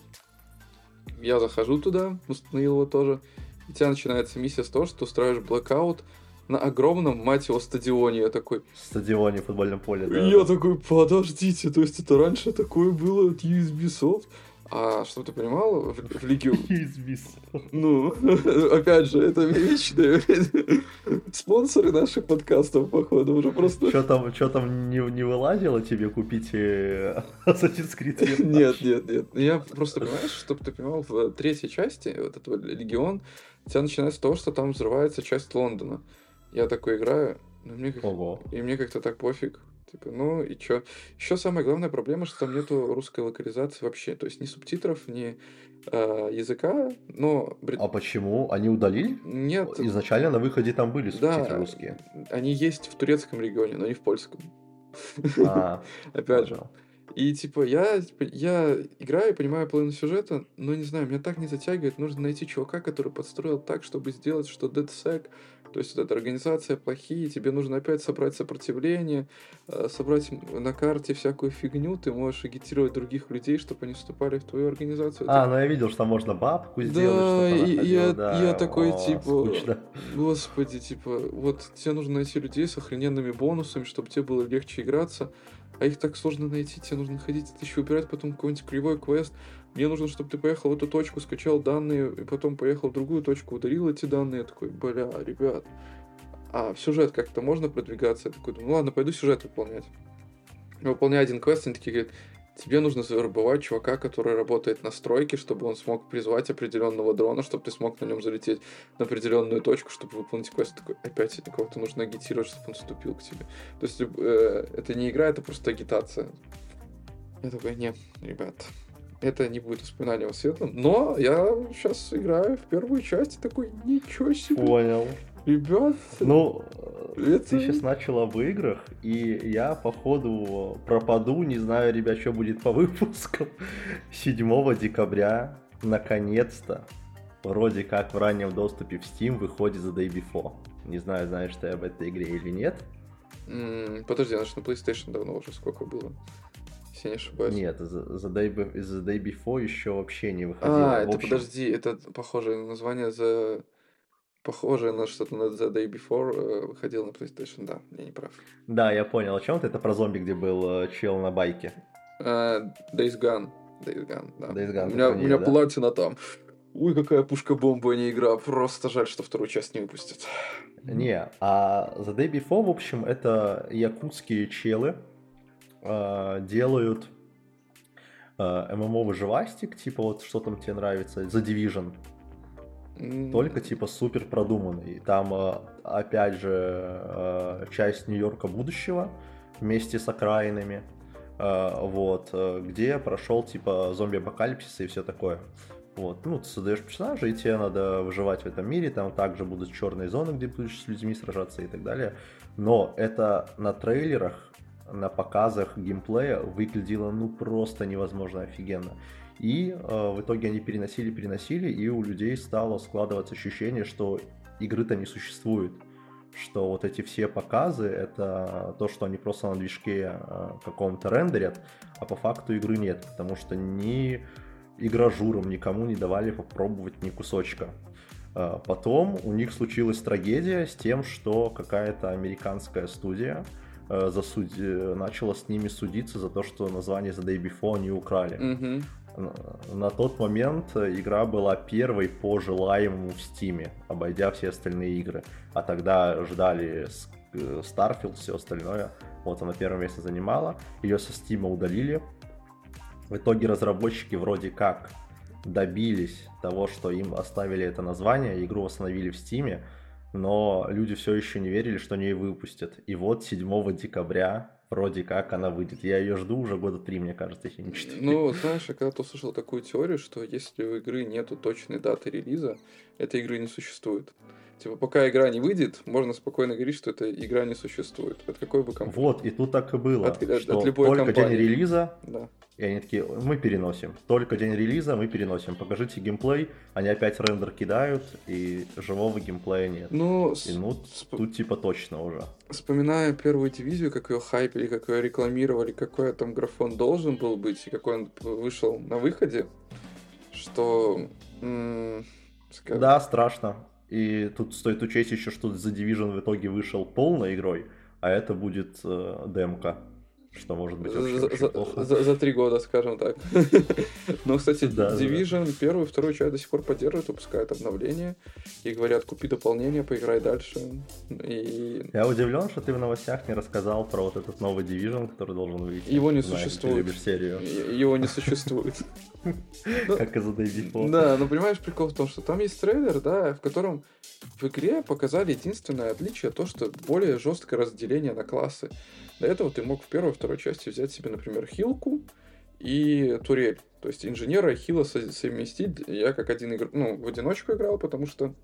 [SPEAKER 1] Я захожу туда, установил его тоже, и у тебя начинается миссия с того, что ты устраиваешь блэкаут на огромном, мать его, стадионе. Я такой,
[SPEAKER 2] В стадионе, в футбольном поле, да.
[SPEAKER 1] я такой, подождите, то есть это раньше такое было от ю эс би Soft? А чтобы ты понимал, в, в Легион... Ну, опять же, это вечные спонсоры наших подкастов, походу, уже просто...
[SPEAKER 2] Что там, что там не, не вылазило тебе купить э, Assassin's Creed Mirage?
[SPEAKER 1] Нет, нет, нет. Я просто, понимаешь, чтобы ты понимал, в третьей части вот этого Легион, у тебя начинается с того, что там взрывается часть Лондона. Я такой играю, но мне как...
[SPEAKER 2] Ого.
[SPEAKER 1] и мне как-то так пофиг. Типа, ну и чё? Еще самая главная проблема, что там нету русской локализации вообще. То есть ни субтитров, ни э, языка, но... брит-
[SPEAKER 2] А почему? Они удалили?
[SPEAKER 1] Нет,
[SPEAKER 2] Изначально на выходе там были субтитры
[SPEAKER 1] да,
[SPEAKER 2] русские.
[SPEAKER 1] они есть в турецком регионе, но не в польском.
[SPEAKER 2] А,
[SPEAKER 1] Опять же.
[SPEAKER 2] понял.
[SPEAKER 1] И, типа, я, типа, я играю, понимаю половину сюжета, но, не знаю, меня так не затягивает. Нужно найти чувака, который подстроил так, чтобы сделать, что DedSec, то есть вот эта организация плохие, тебе нужно опять собрать сопротивление, э, собрать м- на карте всякую фигню, ты можешь агитировать других людей, чтобы они вступали в твою организацию. Это
[SPEAKER 2] А, ну я видел, что можно бабку сделать,
[SPEAKER 1] да,
[SPEAKER 2] чтобы она
[SPEAKER 1] и
[SPEAKER 2] ходила,
[SPEAKER 1] я, я
[SPEAKER 2] да,
[SPEAKER 1] такой,
[SPEAKER 2] о,
[SPEAKER 1] типа,
[SPEAKER 2] скучно.
[SPEAKER 1] господи, типа, вот тебе нужно найти людей с охрененными бонусами, чтобы тебе было легче играться, а их так сложно найти, тебе нужно ходить, это еще убирать потом какой-нибудь кривой квест. Мне нужно, чтобы ты поехал в эту точку, скачал данные, и потом поехал в другую точку, удалил эти данные. Я такой, бля, ребят, а в сюжет как-то можно продвигаться? Я такой, думаю, ну ладно, пойду сюжет выполнять. Выполняю один квест, они такие говорят, тебе нужно завербовать чувака, который работает на стройке, чтобы он смог призвать определенного дрона, чтобы ты смог на нем залететь на определенную точку, чтобы выполнить квест. Такой, опять кого-то нужно агитировать, чтобы он вступил к тебе. То есть э, это не игра, это просто агитация. Я такой, не, ребят, это не будет воспоминанием светлым. Но я сейчас играю в первую часть и такой, ничего себе.
[SPEAKER 2] Понял.
[SPEAKER 1] Ребят,
[SPEAKER 2] Ну,
[SPEAKER 1] это...
[SPEAKER 2] ты сейчас начал об играх, и я, походу, пропаду, не знаю, ребят, что будет по выпускам. седьмого декабря, наконец-то, вроде как в раннем доступе в Steam выходит The Day Before. Не знаю, знаешь ты об этой игре или нет.
[SPEAKER 1] М, Подожди, она же на PlayStation давно уже сколько было, если я не ошибаюсь.
[SPEAKER 2] Нет, The, The Day, Be- The Day Before еще вообще не выходила.
[SPEAKER 1] А,
[SPEAKER 2] В
[SPEAKER 1] это
[SPEAKER 2] общем,
[SPEAKER 1] подожди, это похожее название за... Похожее на что-то на The Day Before э, выходило на PlayStation, да, я не прав.
[SPEAKER 2] да, я понял, о чем ты. Это про зомби, где был э, чел на байке.
[SPEAKER 1] А, Days Gone. Days Gone, да.
[SPEAKER 2] Days
[SPEAKER 1] У
[SPEAKER 2] Gone, ты
[SPEAKER 1] меня,
[SPEAKER 2] про
[SPEAKER 1] у
[SPEAKER 2] нее,
[SPEAKER 1] меня
[SPEAKER 2] да?
[SPEAKER 1] платина там. Ой, какая пушка-бомба, а не игра. Просто жаль, что вторую часть не выпустят.
[SPEAKER 2] Не, а The Day Before, в общем, это якутские челы э, делают э, ММО-выживастик, типа вот что там тебе нравится, The Division,
[SPEAKER 1] М,
[SPEAKER 2] только типа супер продуманный. Там, э, опять же, э, часть Нью-Йорка будущего вместе с окраинами, э, вот, э, где прошел типа зомби-апокалипсис и все такое. Вот, ну, ты создаешь персонажа, и тебе надо выживать в этом мире, там также будут черные зоны, где будешь с людьми сражаться и так далее. Но это на трейлерах, на показах геймплея выглядело ну просто невозможно офигенно. И э, в итоге они переносили, переносили, и у людей стало складываться ощущение, что игры-то не существует. Что вот эти все показы, это то, что они просто на движке э, каком-то рендерят, а по факту игры нет, потому что ни игражурам никому не давали попробовать ни кусочка. Э, Потом у них случилась трагедия с тем, что какая-то американская студия э, засуди- начала с ними судиться за то, что название The Day Before они украли.
[SPEAKER 1] мгм.
[SPEAKER 2] На- На тот момент игра была первой по желаемому в Steam, обойдя все остальные игры. А тогда ждали с- э, Starfield, все остальное. Вот она первое место занимала. Ее со Steam удалили. В итоге разработчики вроде как добились того, что им оставили это название, игру восстановили в Steam, но люди все еще не верили, что они ее выпустят. И вот седьмого декабря вроде как она выйдет. Я ее жду уже года три, мне кажется, если не четыре.
[SPEAKER 1] Ну, знаешь, я когда-то услышал такую теорию, что если у игры нету точной даты релиза, этой игры не существует. Типа, пока игра не выйдет, можно спокойно говорить, что эта игра не существует. От какой бы компании?
[SPEAKER 2] Вот, и тут так и было,
[SPEAKER 1] От, от-
[SPEAKER 2] что
[SPEAKER 1] от любой
[SPEAKER 2] только
[SPEAKER 1] компании.
[SPEAKER 2] день релиза,
[SPEAKER 1] Да.
[SPEAKER 2] и они такие, мы переносим. Только день релиза мы переносим. Покажите геймплей, они опять рендер кидают, и живого геймплея нет.
[SPEAKER 1] Ну,
[SPEAKER 2] И
[SPEAKER 1] с-
[SPEAKER 2] ну,
[SPEAKER 1] сп-
[SPEAKER 2] тут типа точно уже.
[SPEAKER 1] вспоминая первую дивизию, как ее хайпили, как ее рекламировали, какой там графон должен был быть, и какой он п- вышел на выходе, что... м, скажем,
[SPEAKER 2] Да, страшно. И тут стоит учесть еще, что The Division в итоге вышел полной игрой, а это будет э, демка, что может быть вообще
[SPEAKER 1] За,
[SPEAKER 2] очень
[SPEAKER 1] за-
[SPEAKER 2] плохо.
[SPEAKER 1] за- за три года, скажем так. Но, кстати,
[SPEAKER 2] Да, да, да.
[SPEAKER 1] Division первую и вторую часть до сих пор поддерживают, выпускают обновления и говорят, купи дополнение, поиграй дальше. И
[SPEAKER 2] Я удивлен, что ты в новостях не рассказал про вот этот новый Division, который должен выйти.
[SPEAKER 1] его не
[SPEAKER 2] Знаю, ты
[SPEAKER 1] существует.
[SPEAKER 2] любишь серию.
[SPEAKER 1] И- Его не существует. Ну,
[SPEAKER 2] Как и The Day Before.
[SPEAKER 1] Да, но понимаешь, прикол в том, что там есть трейлер, да, в котором в игре показали единственное отличие, то, что более жесткое разделение на классы. До этого ты мог в первой и второй части взять себе, например, хилку и турель. То есть инженера и хила со- совместить. Я как один игр... ну, в одиночку играл, потому что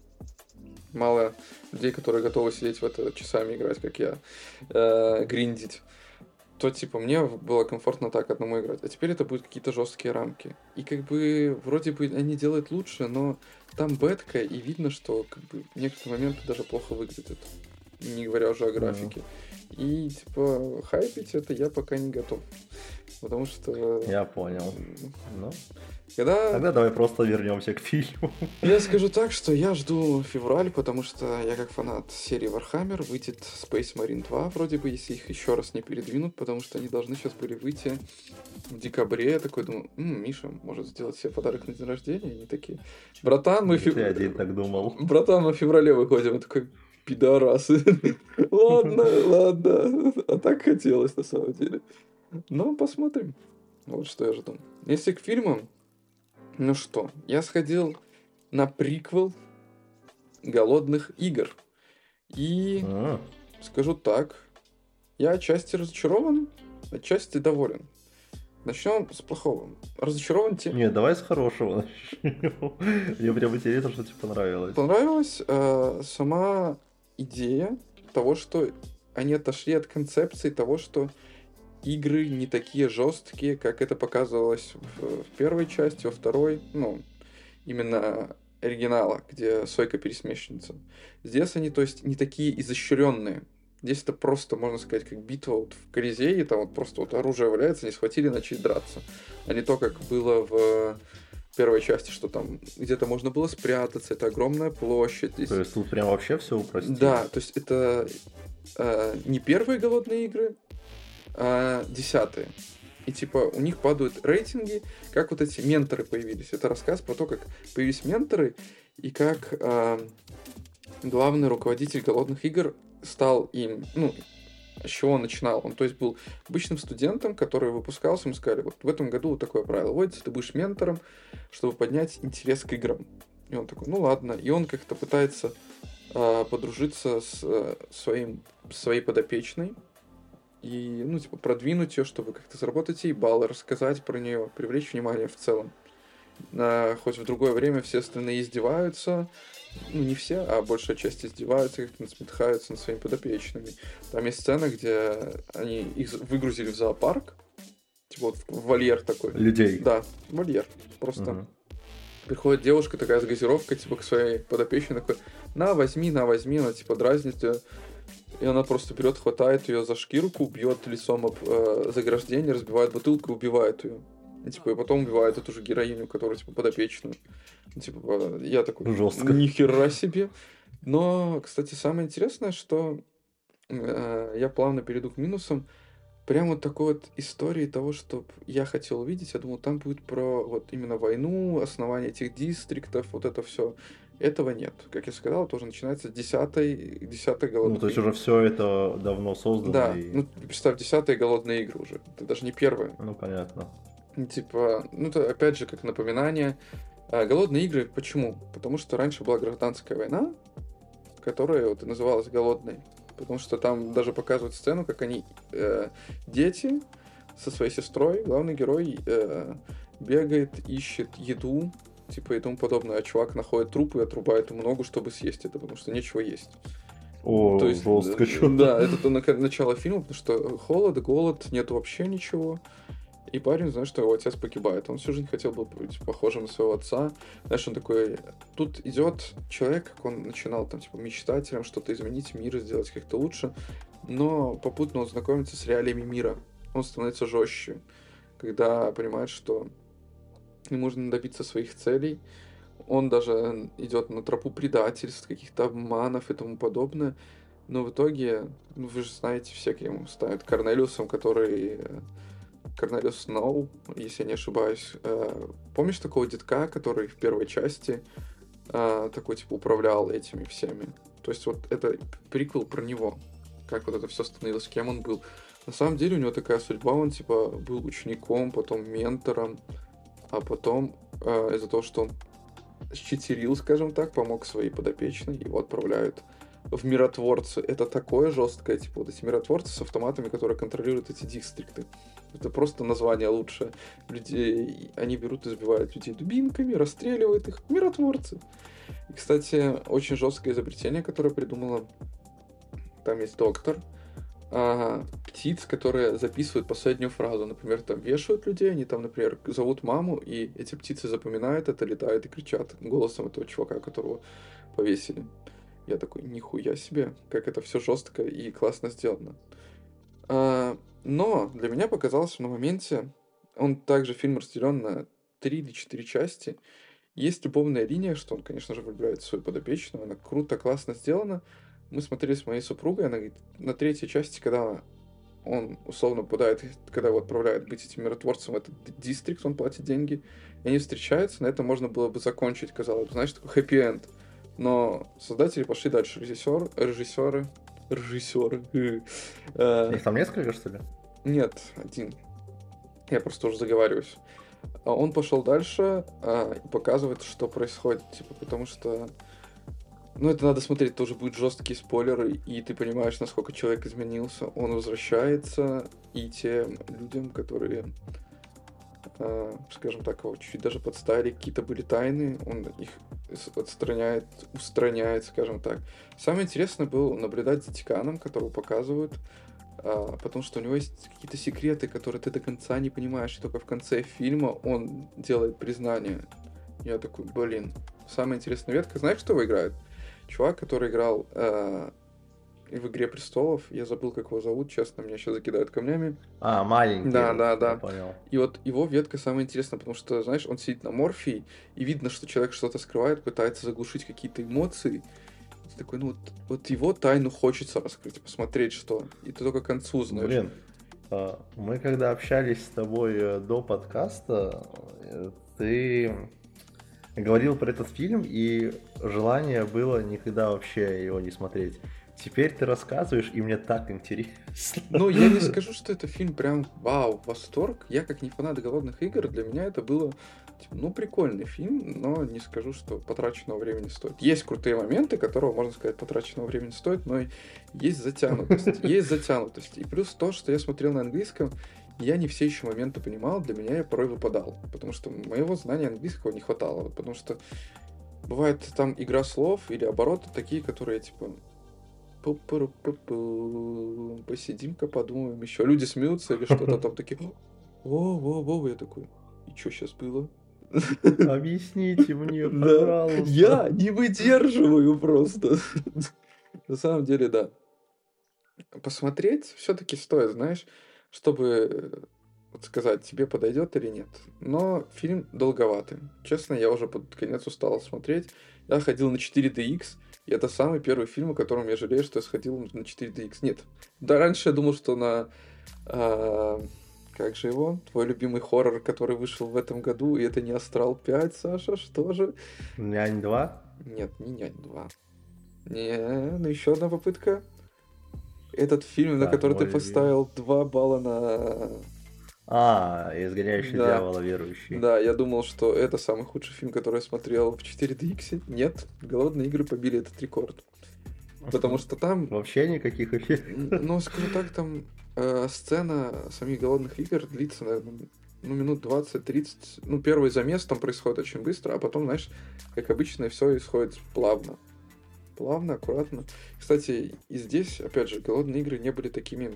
[SPEAKER 1] мало людей, которые готовы сидеть в это часами играть, как я, э, гриндить. то, типа, мне было комфортно так одному играть. А теперь это будут какие-то жесткие рамки. И как бы вроде бы они делают лучше, но там бетка, и видно, что как бы в некоторые моменты даже плохо выглядят. Не говоря уже о
[SPEAKER 2] Мгм.
[SPEAKER 1] графике. И, типа, хайпить это я пока не готов. Потому что...
[SPEAKER 2] Я понял.
[SPEAKER 1] м,
[SPEAKER 2] Ну,
[SPEAKER 1] Когда...
[SPEAKER 2] тогда давай просто вернемся к фильму.
[SPEAKER 1] Я скажу так, что я жду февраль, потому что я как фанат серии Warhammer, выйдет Space Marine два, вроде бы, если их еще раз не передвинут, потому что они должны сейчас были выйти в декабре. Я такой думаю, «М, Миша может сделать себе подарок на день рождения. Они такие, братан, мы,
[SPEAKER 2] Не
[SPEAKER 1] фев...
[SPEAKER 2] ты один так думал.
[SPEAKER 1] братан, мы в феврале выходим. Я такой, пидорасы. Ладно, ладно. А так хотелось на самом деле. Но посмотрим. Вот что я жду. Если к фильмам, ну что, я сходил на приквел «Голодных игр». И
[SPEAKER 2] А,
[SPEAKER 1] скажу так, я отчасти разочарован, отчасти доволен. Начнем с плохого. Разочарован тем...
[SPEAKER 2] Не, давай с хорошего начнем. Мне прям интересно, что тебе понравилось.
[SPEAKER 1] Понравилась э, сама идея того, что они отошли от концепции того, что игры не такие жесткие, как это показывалось в, в первой части, во второй, ну, именно оригинала, где Сойка-пересмешница. Здесь они, то есть, не такие изощренные. Здесь это просто, можно сказать, как битва вот в Колизее, там вот просто вот оружие валяется, они схватили и начали драться. А не то, как было в первой части, что там где-то можно было спрятаться, это огромная площадь. Здесь...
[SPEAKER 2] То есть тут прям вообще все упростили?
[SPEAKER 1] Да, то есть это э, не первые голодные игры, а десятые. И типа у них падают рейтинги, как вот эти менторы появились. Это рассказ про то, как появились менторы, и как э, главный руководитель голодных игр стал им, ну, с чего он начинал. Он, то есть, был обычным студентом, который выпускался, ему сказали, вот в этом году вот такое правило вводится, ты будешь ментором, чтобы поднять интерес к играм. И он такой, ну ладно. И он как-то пытается э, подружиться с э, своим, своей подопечной, и, ну, типа, продвинуть ее, чтобы как-то заработать ей баллы, рассказать про нее, привлечь внимание в целом. А, хоть в другое время все остальные издеваются, ну, не все, а большая часть издеваются, как-то насмехаются над своими подопечными. Там есть сцена, где они их выгрузили в зоопарк, типа вот в вольер такой.
[SPEAKER 2] Людей.
[SPEAKER 1] Да, вольер. Просто
[SPEAKER 2] Мгм.
[SPEAKER 1] приходит девушка такая с газировкой, типа, к своей подопечной, такой, на, возьми, на, возьми, она, типа, дразнит ее. И она просто берет, хватает ее за шкирку, бьет лицом об э, заграждение, разбивает бутылку и убивает ее. И, типа, и потом убивает эту же героиню, которая, типа, подопечную. И, типа, э, я такой,
[SPEAKER 2] Жестко.
[SPEAKER 1] ни хера себе. Но, кстати, самое интересное, что э, я плавно перейду к минусам. Прям вот такой вот истории того, что я хотел увидеть, я думал, там будет про вот именно войну, основание этих дистриктов, вот это все. Этого нет. Как я сказал, тоже начинается с десятой, десятой
[SPEAKER 2] Ну,
[SPEAKER 1] голодных
[SPEAKER 2] то есть
[SPEAKER 1] игр.
[SPEAKER 2] уже все это давно создано.
[SPEAKER 1] Да,
[SPEAKER 2] И...
[SPEAKER 1] ну представь, десятые голодные игры уже. Это даже не первые.
[SPEAKER 2] Ну, понятно.
[SPEAKER 1] Ну, типа, ну это опять же как напоминание. А, голодные игры почему? Потому что раньше была гражданская война, которая вот и называлась голодной. Потому что там даже показывают сцену, как они э, дети со своей сестрой, главный герой э, бегает, ищет еду, типа и тому подобное. А чувак находит труп и отрубает ему ногу, чтобы съесть это, потому что нечего есть.
[SPEAKER 2] О,
[SPEAKER 1] То есть,
[SPEAKER 2] жестко
[SPEAKER 1] э,
[SPEAKER 2] что-то.
[SPEAKER 1] да, это то на- начало фильма, потому что холод, голод, нет вообще ничего. И парень знает, что его отец погибает. Он всю жизнь хотел бы быть похожим на своего отца. Знаешь, он такой... Тут идет человек, как он начинал там, типа, мечтателем, что-то изменить, мир сделать как-то лучше. Но попутно он знакомится с реалиями мира. Он становится жестче, когда понимает, что ему нужно добиться своих целей. Он даже идет на тропу предательств, каких-то обманов и тому подобное. Но в итоге, ну, вы же знаете, все кем ему ставят Корнелиусом, который... э, Корнелиус Сноу, если я не ошибаюсь. Э, Помнишь такого детка, который в первой части э, такой, типа, управлял этими всеми? То есть вот это приквел про него. Как вот это все становилось, кем он был. На самом деле у него такая судьба, он, типа, был учеником, потом ментором, а потом э, из-за того, что он считерил, скажем так, помог своей подопечной, его отправляют в миротворцы. Это такое жесткое, типа, вот эти миротворцы с автоматами, которые контролируют эти дистрикты. Это просто название лучшее. Людей, они берут и избивают людей дубинками, расстреливают их. Миротворцы. И, кстати, очень жесткое изобретение, которое придумала... Там есть доктор. А, птиц, которые записывают последнюю фразу. Например, там вешают людей, они там, например, зовут маму, и эти птицы запоминают это, летают и кричат голосом этого чувака, которого повесили. Я такой, нихуя себе, как это все жестко и классно сделано. А, но для меня показалось, что на моменте, он также фильм разделен на три или четыре части. Есть любовная линия, что он, конечно же, влюбляет в свою подопечную, она круто, классно сделана. Мы смотрели с моей супругой, она говорит, на третьей части, когда он условно попадает, когда его отправляют быть этим миротворцем в этот дистрикт, он платит деньги, и они встречаются, на этом можно было бы закончить, казалось бы, знаешь, такой хэппи-энд. Но создатели пошли дальше, режиссер, режиссеры, режиссеры.
[SPEAKER 2] Их там несколько, что ли?
[SPEAKER 1] Нет, один. Я просто уже заговариваюсь. Он пошел дальше и показывает, что происходит, типа, потому что ну, это надо смотреть, тоже будут жесткие спойлеры, и ты понимаешь, насколько человек изменился. Он возвращается, и тем людям, которые, э, скажем так, его чуть-чуть даже подставили, какие-то были тайны, он их отстраняет, устраняет, скажем так. Самое интересное было наблюдать за Тиканом, которого показывают, э, потому что у него есть какие-то секреты, которые ты до конца не понимаешь, и только в конце фильма он делает признание. Я такой, блин, самая интересная ветка. Знаешь, кто его играет? Чувак, который играл э, в «Игре престолов», я забыл, как его зовут, честно, меня сейчас закидают камнями.
[SPEAKER 2] А, маленький.
[SPEAKER 1] Да, да, да.
[SPEAKER 2] Понял.
[SPEAKER 1] И вот его ветка самая интересная, потому что, знаешь, он сидит на морфии, и видно, что человек что-то скрывает, пытается заглушить какие-то эмоции. И ты такой, ну вот, вот его тайну хочется раскрыть, посмотреть, что. И ты только к концу знаешь.
[SPEAKER 2] Блин, мы когда общались с тобой до подкаста, ты говорил про этот фильм, и желание было никогда вообще его не смотреть. Теперь ты рассказываешь, и мне так интересно.
[SPEAKER 1] Ну, я не скажу, что это фильм прям вау, восторг. Я как не фанат голодных игр, для меня это было, типа, ну, прикольный фильм, но не скажу, что потраченного времени стоит. Есть крутые моменты, которого, можно сказать, потраченного времени стоит, но есть затянутость. Есть затянутость. И плюс то, что я смотрел на английском, я не все еще моменты понимал, для меня я порой выпадал, потому что моего знания английского не хватало, потому что бывает там игра слов или обороты такие, которые типа посидим-ка, подумаем еще. Люди смеются или что-то там такие, о-о-о, я такой, и что сейчас было?
[SPEAKER 2] Объясните мне, пожалуйста.
[SPEAKER 1] Я не выдерживаю просто. На самом деле, да. Посмотреть все-таки стоит, знаешь, чтобы сказать, тебе подойдет или нет. Но фильм долговатый. Честно, я уже под конец устал смотреть. Я ходил на четыре дэ икс, и это самый первый фильм, о котором я жалею, что я сходил на четыре дэ икс. Нет. Да, раньше я думал, что на... А, как же его? Твой любимый хоррор, который вышел в этом году, и это не Астрал пять, Саша, что же?
[SPEAKER 2] Нянь два?
[SPEAKER 1] Нет, не Нянь два. Не, ну еще одна попытка. Этот фильм, да, на который ты поставил любимый. два балла на...
[SPEAKER 2] А, «Изгоняющий да. дьявола верующий».
[SPEAKER 1] Да, я думал, что это самый худший фильм, который я смотрел в четыре дэ икс. Нет, «Голодные игры» побили этот рекорд. Потому что там...
[SPEAKER 2] Вообще никаких эффектов.
[SPEAKER 1] Ну, скажем так, там э, сцена самих «Голодных игр» длится, наверное, ну, минут двадцать-тридцать. Ну, первый замес там происходит очень быстро, а потом, знаешь, как обычно, все исходит плавно. Плавно, аккуратно. Кстати, и здесь, опять же, «Голодные игры» не были такими...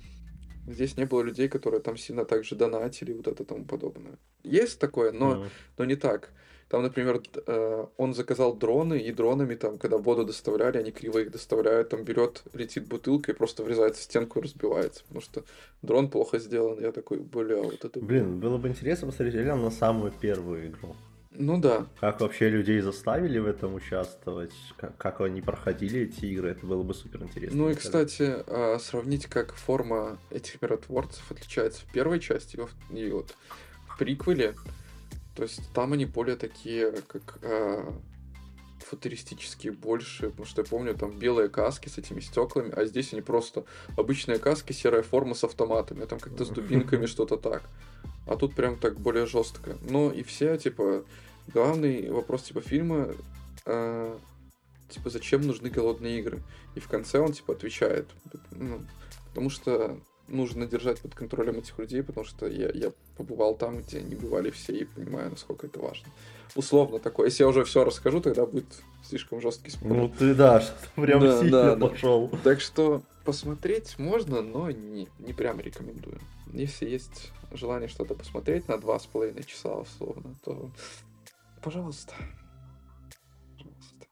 [SPEAKER 1] Здесь не было людей, которые там сильно так же донатили, вот это тому подобное. Есть такое, но, mm-hmm. но не так. Там, например, он заказал дроны, и дронами, там, когда воду доставляли, они криво их доставляют, там берет, летит бутылка и просто врезается в стенку и разбивается, потому что дрон плохо сделан. Я такой, бля, вот это...
[SPEAKER 2] Блин, было бы интересно посмотреть реально на самую первую игру.
[SPEAKER 1] Ну да.
[SPEAKER 2] Как вообще людей заставили в этом участвовать, как, как они проходили эти игры, это было бы супер интересно.
[SPEAKER 1] Ну и, кстати, а, сравнить, как форма этих миротворцев отличается в первой части и вот в приквеле. То есть там они более такие, как а, футуристические больше, потому что я помню, там белые каски с этими стеклами, а здесь они просто обычные каски, серая форма с автоматами, а там как-то с дубинками что-то так. А тут прям так более жестко. Ну и все, типа, главный вопрос типа фильма, э, типа, зачем нужны голодные игры? И в конце он типа отвечает, ну, потому что нужно держать под контролем этих людей, потому что я, я побывал там, где не бывали все, и понимаю, насколько это важно. Условно такое. Если я уже все расскажу, тогда будет слишком жесткий спор.
[SPEAKER 2] Ну ты да, что-то прям да, сильно да, пошел.
[SPEAKER 1] Да. Так что посмотреть можно, но не, не прям рекомендую. Если есть желание что-то посмотреть на два с половиной часа условно, то пожалуйста. Пожалуйста.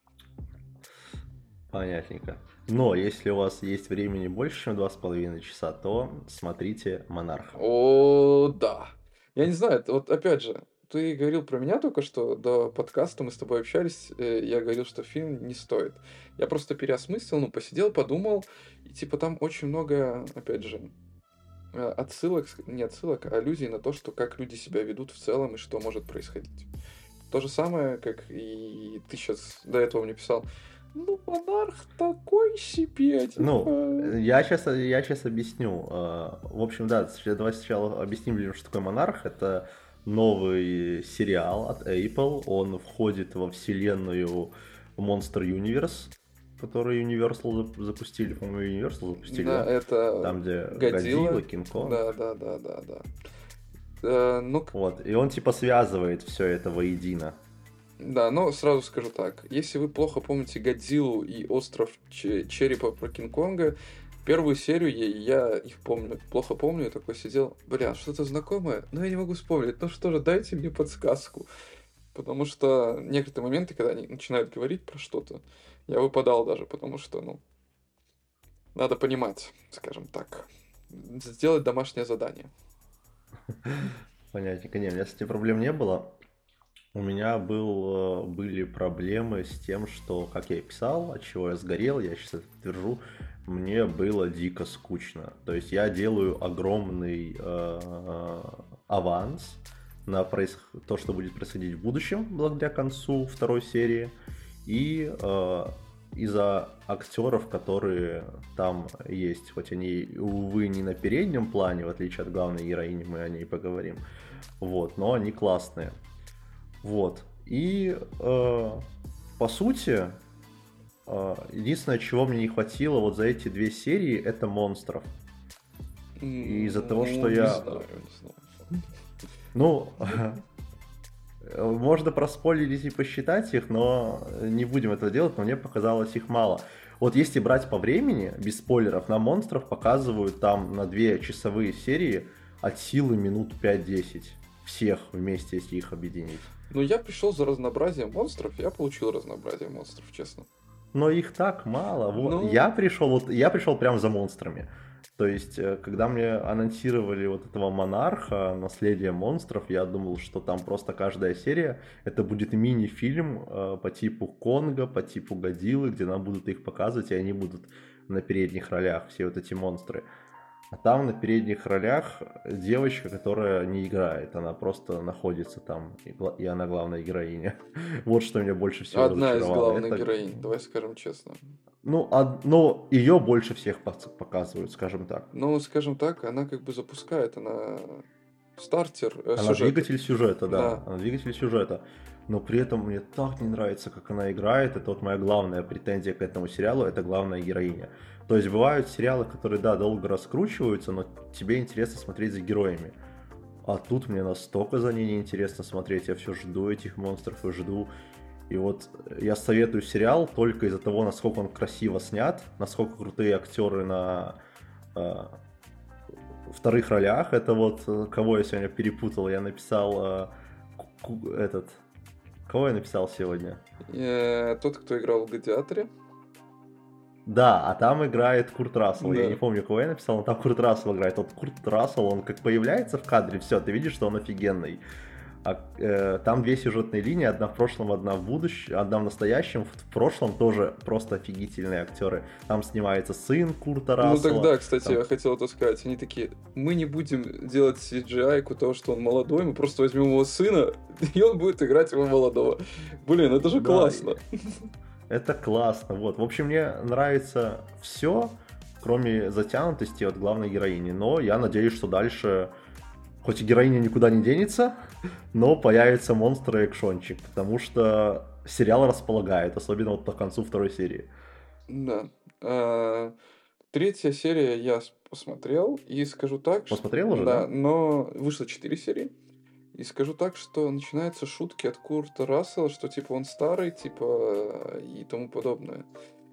[SPEAKER 2] Понятненько. Но если у вас есть времени больше, чем два с половиной часа, то смотрите «Монарха».
[SPEAKER 1] О, да. Я не знаю, это вот опять же, ты говорил про меня только что, до подкаста мы с тобой общались, э, я говорил, что фильм не стоит. Я просто переосмыслил, ну, посидел, подумал, и типа там очень много, опять же, э, отсылок, с- не отсылок, а аллюзий на то, что как люди себя ведут в целом и что может происходить. То же самое, как и ты сейчас до этого мне писал. Ну, монарх такой себе,
[SPEAKER 2] Ну,
[SPEAKER 1] типа.
[SPEAKER 2] я сейчас, я сейчас объясню. А, В общем, да, с- давай сначала объясним людям, что такое «Монарх». Это новый сериал от Apple. Он входит во вселенную Monster Universe, который Universal зап- запустили. По-моему, Universal запустили,
[SPEAKER 1] Да,
[SPEAKER 2] да?
[SPEAKER 1] это
[SPEAKER 2] Там, где
[SPEAKER 1] Годзилла.
[SPEAKER 2] Годзилла, Кинг-Конг.
[SPEAKER 1] Да, да, да, да, да. Э, ну, к-
[SPEAKER 2] Вот, и он типа связывает все это воедино.
[SPEAKER 1] да, но сразу скажу так. Если вы плохо помните Годзиллу и остров Че- Черепа про Кинг-Конга, первую серию я, я их помню, плохо помню, я такой сидел, бля, что-то знакомое, но я не могу вспомнить. Ну что же, дайте мне подсказку. Потому что некоторые моменты, когда они начинают говорить про что-то, я выпадал даже, потому что, ну, надо понимать, скажем так. Сделать домашнее задание.
[SPEAKER 2] Понятненько. Не, у меня с этим проблем не было. У меня был, э, были проблемы с тем, что, как я и писал, от чего я сгорел, я сейчас это подтвержу, мне было дико скучно. То есть я делаю огромный э, аванс на проис- то, что будет происходить в будущем, благодаря концу второй серии. И э, из-за актеров, которые там есть, хоть они, увы, не на переднем плане, в отличие от главной героини, мы о ней поговорим, вот, но они классные. Вот. И э, по сути, э, единственное, чего мне не хватило вот за эти две серии, это монстров. И из-за того, что
[SPEAKER 1] Ну, не
[SPEAKER 2] я...
[SPEAKER 1] знаю, не знаю.
[SPEAKER 2] Ну, можно проспойлерить и посчитать их, но не будем этого делать, но мне показалось их мало. Вот если брать по времени, без спойлеров, на монстров показывают там на две часовые серии от силы минут пять-десять. Всех вместе, если их объединить.
[SPEAKER 1] Ну, я пришел за разнообразием монстров, я получил разнообразие монстров, честно.
[SPEAKER 2] Но их так мало. Вот.
[SPEAKER 1] Ну,
[SPEAKER 2] Я пришел, вот я пришел прям за монстрами. То есть, э, когда мне анонсировали вот этого монарха, наследие монстров, я думал, что там просто каждая серия это будет мини-фильм э, по типу Конга, по типу Годзиллы, где нам будут их показывать, и они будут на передних ролях, все вот эти монстры. А там на передних ролях девочка, которая не играет, она просто находится там, и, гла- и она главная героиня. Вот что меня больше всего
[SPEAKER 1] одна из
[SPEAKER 2] разочаровало.
[SPEAKER 1] главных
[SPEAKER 2] Это,
[SPEAKER 1] героинь, давай скажем честно.
[SPEAKER 2] ну, од- но ее больше всех пац- показывают, скажем так.
[SPEAKER 1] Ну, скажем так, она как бы запускает, она стартер э,
[SPEAKER 2] Она
[SPEAKER 1] сюжета.
[SPEAKER 2] двигатель сюжета, да.
[SPEAKER 1] Да.
[SPEAKER 2] Она двигатель сюжета. Но при этом мне так не нравится, как она играет. Это вот моя главная претензия к этому сериалу, это главная героиня. То есть бывают сериалы, которые, да, долго раскручиваются, но тебе интересно смотреть за героями. А тут мне настолько за ней неинтересно смотреть. Я все жду этих монстров и жду. И вот я советую сериал только из-за того, насколько он красиво снят, насколько крутые актеры на э, вторых ролях. Это вот э, кого я сегодня перепутал. Я написал э, ку- ку- этот. Кого я написал сегодня?
[SPEAKER 1] Э, Тот, кто играл в Гладиаторе.
[SPEAKER 2] Да, а там играет Курт Рассел. Я
[SPEAKER 1] Да.
[SPEAKER 2] не помню, кого я написал, но там Курт Рассел играет. Вот Курт Рассел, он как появляется в кадре, все, ты видишь, что он офигенный. А, э, там две сюжетные линии, одна в прошлом, одна в будущем, одна в настоящем. В, в прошлом тоже просто офигительные актеры. Там снимается сын Курта
[SPEAKER 1] Ну
[SPEAKER 2] Рассела.
[SPEAKER 1] тогда, кстати,
[SPEAKER 2] там-
[SPEAKER 1] я хотел это сказать. Они такие, мы не будем делать си джи ай-ку того, что он молодой, мы просто возьмем его сына, и он будет играть его молодого. Блин, это же
[SPEAKER 2] Да,
[SPEAKER 1] классно.
[SPEAKER 2] Это классно. Вот. В общем, мне нравится все, кроме затянутости от главной героини. Но я надеюсь, что дальше, хоть и героиня никуда не денется, но появится монстр и экшончик. Потому что сериал располагает, особенно вот по концу второй серии.
[SPEAKER 1] Да. А, Третья серия я с- посмотрел, и скажу так, что...
[SPEAKER 2] Посмотрел уже,
[SPEAKER 1] Да,
[SPEAKER 2] да?
[SPEAKER 1] но вышло четыре серии. И скажу так, что начинаются шутки от Курта Рассела, что типа он старый, типа и тому подобное.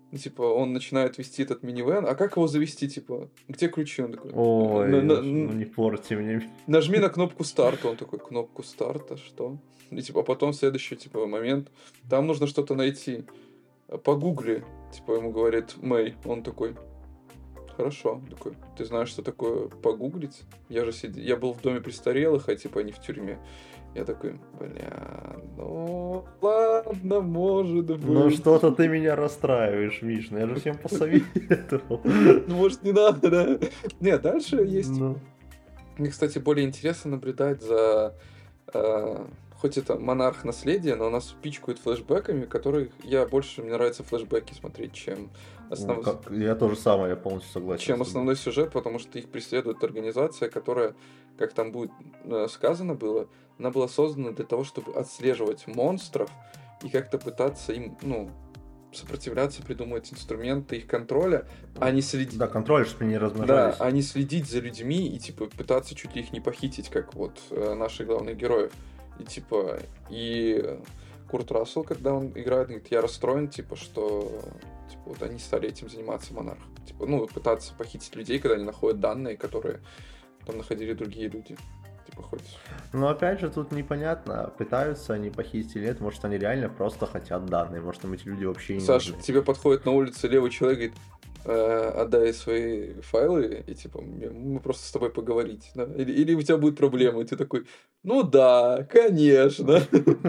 [SPEAKER 1] И, типа, он начинает вести этот минивэн, а как его завести, типа, где ключи? Он такой,
[SPEAKER 2] Ой,
[SPEAKER 1] «На- на-
[SPEAKER 2] ну не порти мне.
[SPEAKER 1] нажми на кнопку старта. Он такой, кнопку старта, что? И, типа, потом следующий, типа, момент, там нужно что-то найти. Погугли, типа, ему говорит Мэй. Он такой, хорошо, такой, ты знаешь, что такое погуглить? Я же сидел, я был в доме престарелых, а типа не в тюрьме. Я такой, бля, ну ладно, может быть.
[SPEAKER 2] Ну что-то ты меня расстраиваешь, Миш, ну я же всем посоветовал.
[SPEAKER 1] Ну, может, не надо, да? Нет, дальше есть...
[SPEAKER 2] Ну.
[SPEAKER 1] Мне, кстати, более интересно наблюдать за... э, хоть это монарх наследия, но нас пичкают флешбэками, которых я больше, мне нравится флешбеки смотреть, чем
[SPEAKER 2] Ну,
[SPEAKER 1] основной...
[SPEAKER 2] как- я тоже самое, я полностью согласен.
[SPEAKER 1] чем
[SPEAKER 2] с тобой.
[SPEAKER 1] основной сюжет, потому что их преследует организация, которая, как там будет э, сказано было, она была создана для того, чтобы отслеживать монстров и как-то пытаться им, ну, сопротивляться, придумывать инструменты их контроля, а не следить...
[SPEAKER 2] Да, контроль, чтобы они не
[SPEAKER 1] Да,
[SPEAKER 2] размножались.
[SPEAKER 1] а не следить за людьми и, типа, пытаться чуть ли их не похитить, как вот э, наших главных героев. И, типа, и Курт Рассел, когда он играет, говорит, я расстроен, типа, что типа, вот они стали этим заниматься, монарх. Типа, ну, пытаться похитить людей, когда они находят данные, которые там находили другие люди. Типа, хоть...
[SPEAKER 2] Но опять же, тут непонятно, пытаются они похитить или нет, может они реально просто хотят данные, может там эти люди вообще не
[SPEAKER 1] Саша,
[SPEAKER 2] нужны.
[SPEAKER 1] к тебе подходит на улице левый человек, говорит, э, отдай свои файлы, и типа, мне- мы просто с тобой поговорить, да? Или, или у тебя будут проблемы, и ты такой, ну да, конечно,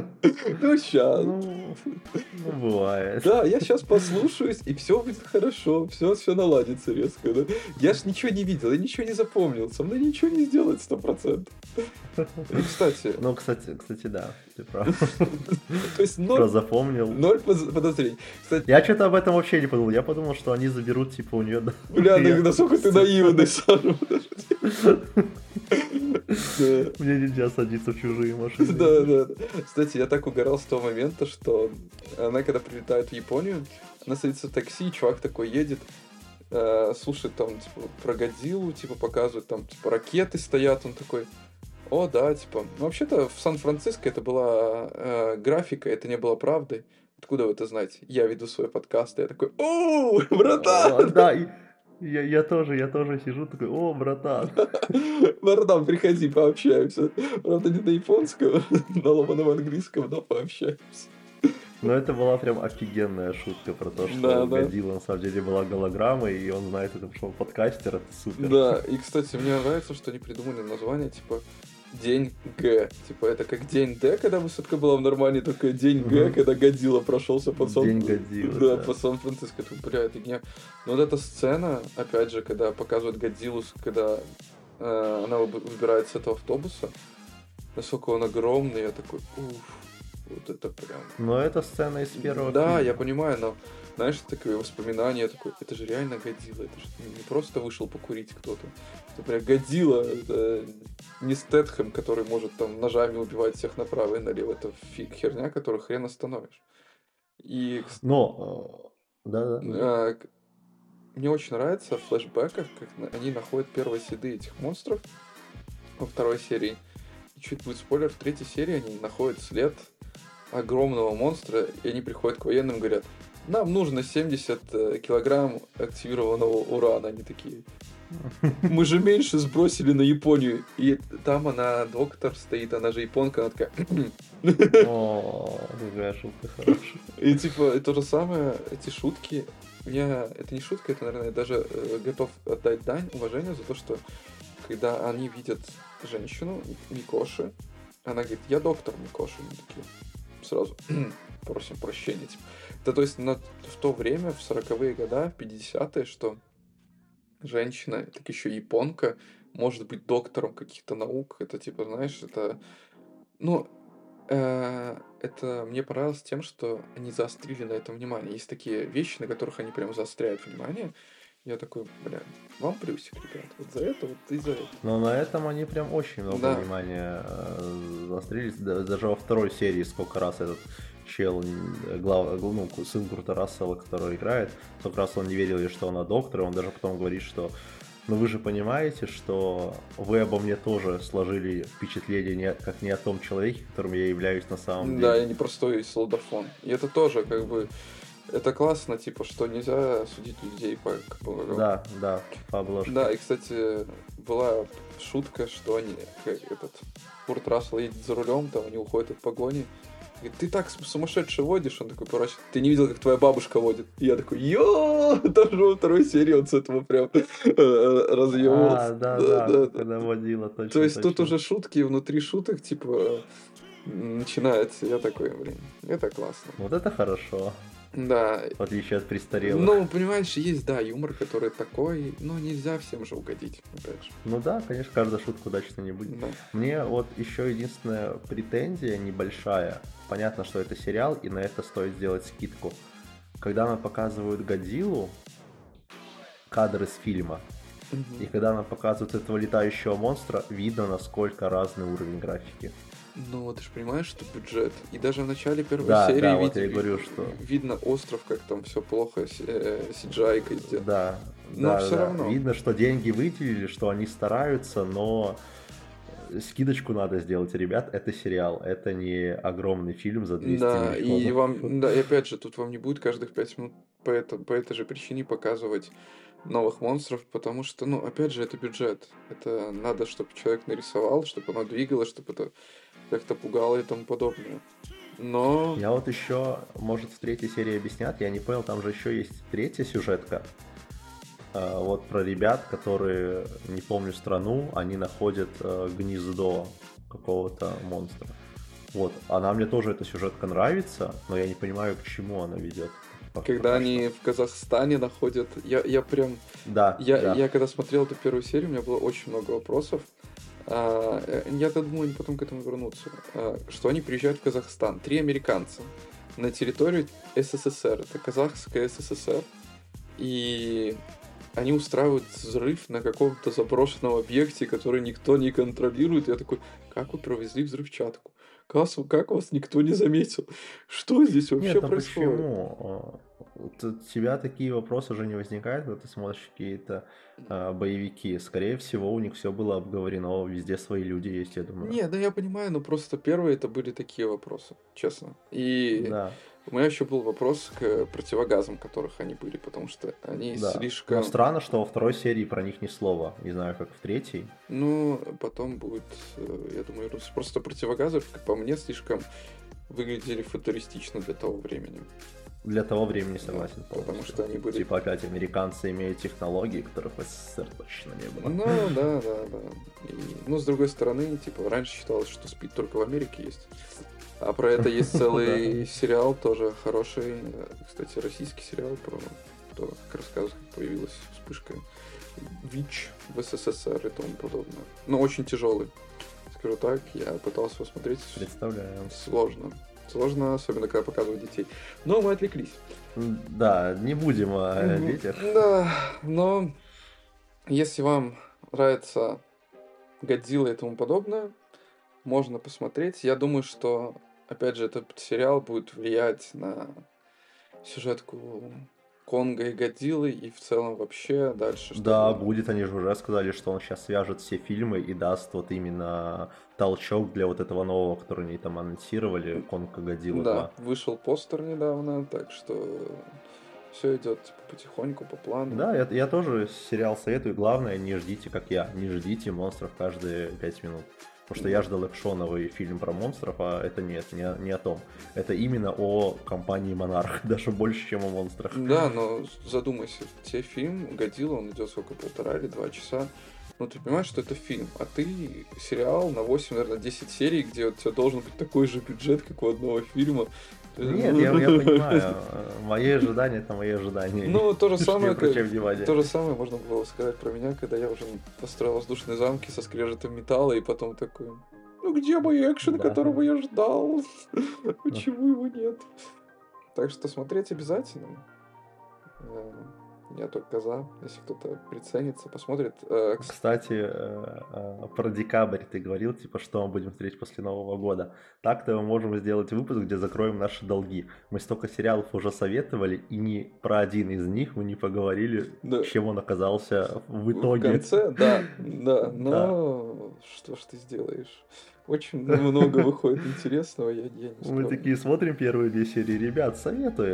[SPEAKER 1] ну сейчас.
[SPEAKER 2] Ну, ну, бывает.
[SPEAKER 1] Да, я сейчас послушаюсь, и все будет хорошо, все, все наладится резко. Да? Я ж ничего не видел, я ничего не запомнил, со мной ничего не сделать сто процентов. И, кстати,
[SPEAKER 2] Ну, кстати, кстати, да, ты прав.
[SPEAKER 1] то есть
[SPEAKER 2] Про
[SPEAKER 1] ноль,
[SPEAKER 2] запомнил.
[SPEAKER 1] ноль поз- подозрений. Кстати,
[SPEAKER 2] Я что-то об этом вообще не подумал. Я подумал, что они заберут, типа, у нее...
[SPEAKER 1] бля, ну насколько ты наивный, Саша, подожди. Да.
[SPEAKER 2] Мне нельзя садиться в чужие машины.
[SPEAKER 1] Да, да, да. Кстати, я так угорал с того момента, что она, когда прилетает в Японию, она садится в такси, и чувак такой едет, э, слушает там, типа, про Годзиллу, типа, показывает, там, типа, ракеты стоят, он такой, о, да, типа, ну, вообще-то в Сан-Франциско это была э, графика, это не было правдой. Откуда вы это знаете? Я веду свой подкаст, и я такой, о,
[SPEAKER 2] О,
[SPEAKER 1] братан!
[SPEAKER 2] да, и я, я тоже, я тоже сижу такой, о, братан.
[SPEAKER 1] Братан, приходи, пообщаемся. Правда, не на японском, на ломаном английском, но пообщаемся.
[SPEAKER 2] Но это была прям офигенная шутка про то, что
[SPEAKER 1] Да, да.
[SPEAKER 2] Годзилла на самом деле была голограммой, и он знает это, что он подкастер, это супер.
[SPEAKER 1] Да, и, кстати, мне нравится, что они придумали название, типа, День Г. Типа, это как День Д, когда высадка была в Нормандии, только День Г,
[SPEAKER 2] Мгм.
[SPEAKER 1] когда Годзилла прошелся по Сан...
[SPEAKER 2] День Годзиллы,
[SPEAKER 1] Да,
[SPEAKER 2] да.
[SPEAKER 1] по Сан-Франциско. Это, бля, это гениально. Но вот эта сцена, опять же, когда показывают Годзиллу, с- когда э, она выб- выбирается с этого автобуса, насколько он огромный, я такой, уф, вот это прям...
[SPEAKER 2] Но это сцена из первого
[SPEAKER 1] Да,
[SPEAKER 2] фильма.
[SPEAKER 1] я понимаю, но, знаешь, такое воспоминание, такое, это же реально Годзилла, это же не просто вышел покурить кто-то. Это прям Годзилла, это не Стэтхэм, который может там ножами убивать всех направо и налево. Это фиг херня, которую хрен остановишь. И, кс-
[SPEAKER 2] Но, э, да-да.
[SPEAKER 1] а, к- мне очень нравится в флешбеках, как на- они находят первые следы этих монстров во второй серии. И чуть будет спойлер, в третьей серии они находят след огромного монстра, и они приходят к военным и говорят, нам нужно семьдесят э, килограмм активированного урана. Они такие, мы же меньше сбросили на Японию. И там она, доктор стоит, она же японка, она такая...
[SPEAKER 2] О, какая шутка хорошая.
[SPEAKER 1] И типа, и то же самое, эти шутки, меня, это не шутка, это, наверное, я даже э, готов отдать дань, уважение за то, что когда они видят женщину, Микоши, она говорит, я доктор Микоши, они такие, сразу, просим прощения, типа. Это, то есть, на, в то время, в сороковые года, в пятидесятые, что женщина, так еще японка, может быть доктором каких-то наук, это, типа, знаешь, это, ну, Э, это мне понравилось тем, что они заострили на этом внимание. Есть такие вещи, на которых они прям заостряют внимание. Я такой, бля, вам плюсик, ребят. Вот за это, вот и за это.
[SPEAKER 2] Но на этом они прям очень много
[SPEAKER 1] Да.
[SPEAKER 2] внимания э, заострились. Да- Даже во второй серии сколько раз этот чел, э, глав, ну, сын Курта Рассела, который играет, сколько раз он не верил, что она доктор, и он даже потом говорит, что ну вы же понимаете, что вы обо мне тоже сложили впечатление не, как не о том человеке, которым я являюсь на самом
[SPEAKER 1] Да,
[SPEAKER 2] деле.
[SPEAKER 1] я не простой солдафон. И это тоже, как бы, это классно, типа, что нельзя судить людей по... по-
[SPEAKER 2] Да, да, по обложке.
[SPEAKER 1] Да, и, кстати, была шутка, что они, как этот, Курт Рассел едет за рулем, там они уходят от погони. Говорит, ты так сумасшедше водишь. Он такой, короче, ты не видел, как твоя бабушка водит. И я такой, йо, даже во второй серии он с этого прям разъебался.
[SPEAKER 2] А, да, да, когда водила, точно,
[SPEAKER 1] То есть тут
[SPEAKER 2] точно.
[SPEAKER 1] уже шутки внутри шуток, типа, начинается. Я такой, блин, это классно.
[SPEAKER 2] Вот это хорошо,
[SPEAKER 1] Да.
[SPEAKER 2] в отличие от престарелых.
[SPEAKER 1] Ну, понимаешь, есть, да, юмор, который такой, но нельзя всем же угодить, опять же.
[SPEAKER 2] Ну да, конечно, каждая шутка удачно не будет.
[SPEAKER 1] Да.
[SPEAKER 2] Мне вот еще единственная претензия небольшая. Понятно, что это сериал, и на это стоит сделать скидку. Когда нам показывают Годзиллу, кадры с фильма,
[SPEAKER 1] Мгм.
[SPEAKER 2] и когда нам показывают этого летающего монстра, видно, насколько разный уровень графики.
[SPEAKER 1] Ну, ты же понимаешь, что бюджет. И даже в начале первой
[SPEAKER 2] Да,
[SPEAKER 1] серии
[SPEAKER 2] да, вот
[SPEAKER 1] вид-
[SPEAKER 2] я и говорю, что-
[SPEAKER 1] видно остров, как там все плохо, си джи ай-кой сделано.
[SPEAKER 2] Да,
[SPEAKER 1] Но
[SPEAKER 2] да,
[SPEAKER 1] всё
[SPEAKER 2] да.
[SPEAKER 1] равно.
[SPEAKER 2] Видно, что деньги выделили, что они стараются, но скидочку надо сделать, ребят. Это сериал, это не огромный фильм за двести
[SPEAKER 1] Да, и
[SPEAKER 2] миллионов.
[SPEAKER 1] вам, да, и опять же, тут вам не будет каждых пять минут по, это, по этой же причине показывать новых монстров, потому что, ну, опять же, это бюджет. Это надо, чтобы человек нарисовал, чтобы оно двигалось, чтобы это как-то пугало и тому подобное. Но...
[SPEAKER 2] Я вот еще, может, в третьей серии объяснят, я не понял, там же еще есть третья сюжетка. А, вот про ребят, которые, не помню страну, они находят э, гнездо какого-то монстра. Вот, она мне тоже, эта сюжетка нравится, но я не понимаю, к чему она ведет. Пока-
[SPEAKER 1] Когда
[SPEAKER 2] пока
[SPEAKER 1] они
[SPEAKER 2] что.
[SPEAKER 1] в Казахстане находят... Я, я прям...
[SPEAKER 2] Да,
[SPEAKER 1] Я,
[SPEAKER 2] да.
[SPEAKER 1] я когда смотрел эту первую серию, у меня было очень много вопросов. А, э, я думаю, они потом к этому вернутся. А, что они приезжают в Казахстан. Три американца на территорию СССР. Это казахская СССР. И они устраивают взрыв на каком-то заброшенном объекте, который никто не контролирует. Я такой, как вы провезли взрывчатку? Как, вас- как вас никто не заметил? Что здесь вообще
[SPEAKER 2] Нет, ну
[SPEAKER 1] происходит?
[SPEAKER 2] почему? А, вот у тебя такие вопросы уже не возникают, когда ты смотришь какие-то а, боевики. Скорее всего, у них все было обговорено, везде свои люди есть, я думаю.
[SPEAKER 1] Не, да я понимаю, но просто первые это были такие вопросы, честно. И
[SPEAKER 2] Да,
[SPEAKER 1] у меня еще был вопрос к противогазам, которых они были, потому что они
[SPEAKER 2] да.
[SPEAKER 1] слишком...
[SPEAKER 2] Но странно, что во второй серии про них ни слова. Не знаю, как в третьей.
[SPEAKER 1] Ну, потом будет, э, я думаю, вернуться. Просто противогазы, как по мне, слишком выглядели футуристично для того времени.
[SPEAKER 2] Для того времени согласен
[SPEAKER 1] Да, потому
[SPEAKER 2] полностью.
[SPEAKER 1] что они были-
[SPEAKER 2] Типа опять американцы имеют технологии, которых в СССР точно не было.
[SPEAKER 1] Ну, да, да, да. И, ну, с другой стороны, типа, раньше считалось, что спид только в Америке есть. А про это есть целый сериал, тоже хороший. э, Кстати, российский сериал про то, как рассказывают, как появилась вспышка ВИЧ в СССР и тому подобное. Но очень тяжелый. Скажу так, я пытался его смотреть.
[SPEAKER 2] Представляю.
[SPEAKER 1] Сложно. Сложно, особенно когда показывают детей. Но мы отвлеклись.
[SPEAKER 2] М, Да, не будем о
[SPEAKER 1] Мгм.
[SPEAKER 2] детях.
[SPEAKER 1] Да, но если вам нравится Годзилла и тому подобное, можно посмотреть. Я думаю, что, опять же, этот сериал будет влиять на сюжетку Конга и Годзиллы и в целом вообще дальше. что
[SPEAKER 2] Да,
[SPEAKER 1] будет.
[SPEAKER 2] будет, они же уже сказали, что он сейчас свяжет все фильмы и даст вот именно толчок для вот этого нового, который они там анонсировали, Конг Годзилла
[SPEAKER 1] Да,
[SPEAKER 2] два.
[SPEAKER 1] вышел постер недавно, так что все идет типа, потихоньку по плану.
[SPEAKER 2] Да, я, я тоже сериал советую. Главное, не ждите, как я, не ждите монстров каждые пять минут. Потому что я ждал экшоновый фильм про монстров, а это нет, не, о- не о том. Это именно о компании Монарх, даже больше, чем о монстрах.
[SPEAKER 1] Да, но задумайся, тебе фильм Годзилла, он идет сколько, полтора или два часа. Ну, ты понимаешь, что это фильм, а ты сериал на восемь, наверное, десять серий, где у тебя должен быть такой же бюджет, как у одного фильма.
[SPEAKER 2] Нет, я, я понимаю. Мои ожидания это мои ожидания.
[SPEAKER 1] Ну, то же
[SPEAKER 2] Не
[SPEAKER 1] самое,
[SPEAKER 2] обращай
[SPEAKER 1] как-
[SPEAKER 2] внимания.
[SPEAKER 1] то же самое можно было сказать про меня, когда я уже построил воздушные замки со скрежетом металла, и потом такой, ну где мой экшен,
[SPEAKER 2] Да.
[SPEAKER 1] которого я ждал? Почему его нет? Так что смотреть обязательно. Э, Я только за, если кто-то приценится, посмотрит. Э, кс-
[SPEAKER 2] Кстати, э, э, про декабрь ты говорил, типа, что мы будем смотреть после Нового года. Так-то мы можем сделать выпуск, где закроем наши долги. Мы столько сериалов уже советовали, и ни про один из них мы не поговорили,
[SPEAKER 1] Да.
[SPEAKER 2] чем он оказался в
[SPEAKER 1] В
[SPEAKER 2] итоге.
[SPEAKER 1] конце, да, да, но что ж ты сделаешь? Очень много выходит интересного, я, я не
[SPEAKER 2] Мы
[SPEAKER 1] скрою.
[SPEAKER 2] такие смотрим первые две серии, ребят, советуем.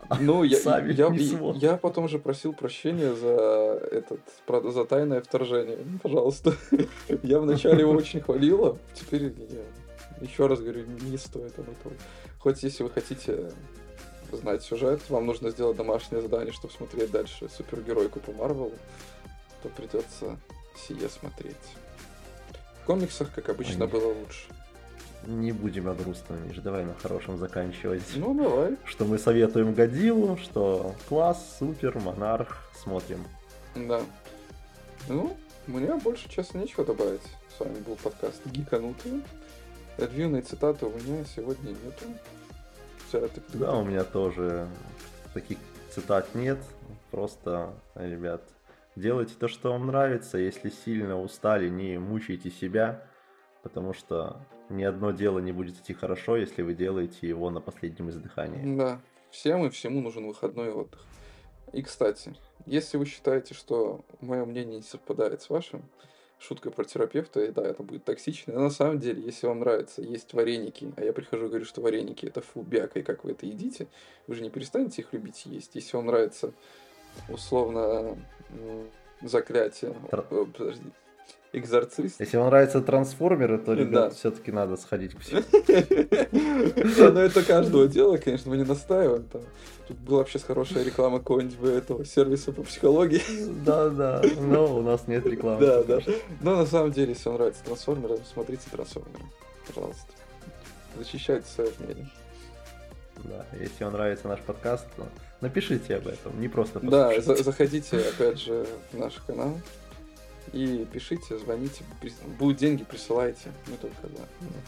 [SPEAKER 1] Ну, я,
[SPEAKER 2] Сами
[SPEAKER 1] я,
[SPEAKER 2] не
[SPEAKER 1] я,
[SPEAKER 2] смотрят.
[SPEAKER 1] я потом же просил прощения за этот, про- за тайное вторжение. Ну, пожалуйста. Я вначале его очень хвалила, теперь я еще раз говорю, не стоит оно того. Хоть если вы хотите знать сюжет, вам нужно сделать домашнее задание, чтобы смотреть дальше супергеройку по Марвелу, то придется сие смотреть. В комиксах, как обычно,
[SPEAKER 2] Ой.
[SPEAKER 1] было лучше.
[SPEAKER 2] Не будем о грустном, Миш, давай на хорошем заканчивать.
[SPEAKER 1] Ну, давай.
[SPEAKER 2] Что мы советуем Годзиллу, что класс, супер, монарх, смотрим.
[SPEAKER 1] Да. Ну, мне больше, честно, нечего добавить. С вами был подкаст Гиканутые. Ревьюной цитаты у меня сегодня нету. Вчера ты
[SPEAKER 2] Да, у меня тоже таких цитат нет. Просто, ребят, делайте то, что вам нравится. Если сильно устали, не мучайте себя, потому что ни одно дело не будет идти хорошо, если вы делаете его на последнем издыхании.
[SPEAKER 1] Да, всем и всему нужен выходной отдых. И, кстати, если вы считаете, что мое мнение не совпадает с вашим, шутка про терапевта, и да, это будет токсично, но на самом деле, если вам нравится есть вареники, а я прихожу и говорю, что вареники это фу, бяка, и как вы это едите, вы же не перестанете их любить и есть. Если вам нравится, условно, м, заклятие,
[SPEAKER 2] Тр-
[SPEAKER 1] о, подожди, экзорцист,
[SPEAKER 2] Если вам нравятся трансформеры, то,
[SPEAKER 1] Да.
[SPEAKER 2] ребят, все-таки надо сходить к психологу.
[SPEAKER 1] Да, но это каждого дела, конечно, мы не настаиваем. Там. Тут была вообще хорошая реклама какого-нибудь этого сервиса по психологии.
[SPEAKER 2] Да, да, но у нас нет рекламы.
[SPEAKER 1] Да,
[SPEAKER 2] пока
[SPEAKER 1] да.
[SPEAKER 2] что.
[SPEAKER 1] Но на самом деле, если вам нравятся трансформеры, смотрите трансформеры. Пожалуйста. Защищайте свое мнение.
[SPEAKER 2] Да, если вам нравится наш подкаст, то напишите об этом, не просто
[SPEAKER 1] Да,
[SPEAKER 2] послушайте.
[SPEAKER 1] за- заходите опять же в наш канал и пишите, звоните. Прис- Будут деньги, присылайте. Мы только да.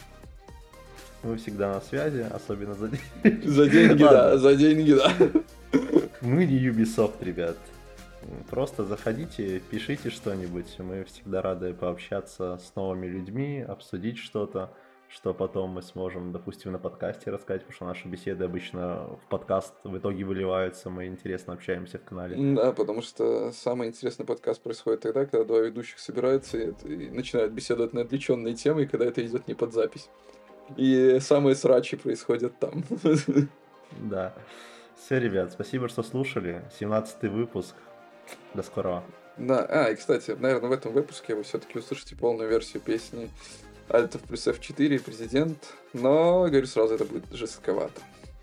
[SPEAKER 2] Мы всегда на связи, особенно за деньги.
[SPEAKER 1] За деньги,
[SPEAKER 2] Ладно.
[SPEAKER 1] да, за деньги, да.
[SPEAKER 2] Мы не Ubisoft, ребят. Просто заходите, пишите что-нибудь. Мы всегда рады пообщаться с новыми людьми, обсудить что-то, что потом мы сможем, допустим, на подкасте рассказать, потому что наши беседы обычно в подкаст в итоге выливаются, мы интересно общаемся в канале.
[SPEAKER 1] Да, потому что самый интересный подкаст происходит тогда, когда два ведущих собираются и, это- и начинают беседовать на отвлеченные темы, и когда это идет не под запись. И самые срачи происходят там.
[SPEAKER 2] Да. Все, ребят, спасибо, что слушали. семнадцатый выпуск. До скорого.
[SPEAKER 1] Да, а, и, кстати, наверное, в этом выпуске вы все-таки услышите полную версию песни Альтов плюс эф четыре, Президент, но, говорю сразу, это будет жестковато.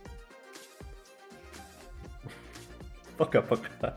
[SPEAKER 2] Пока-пока.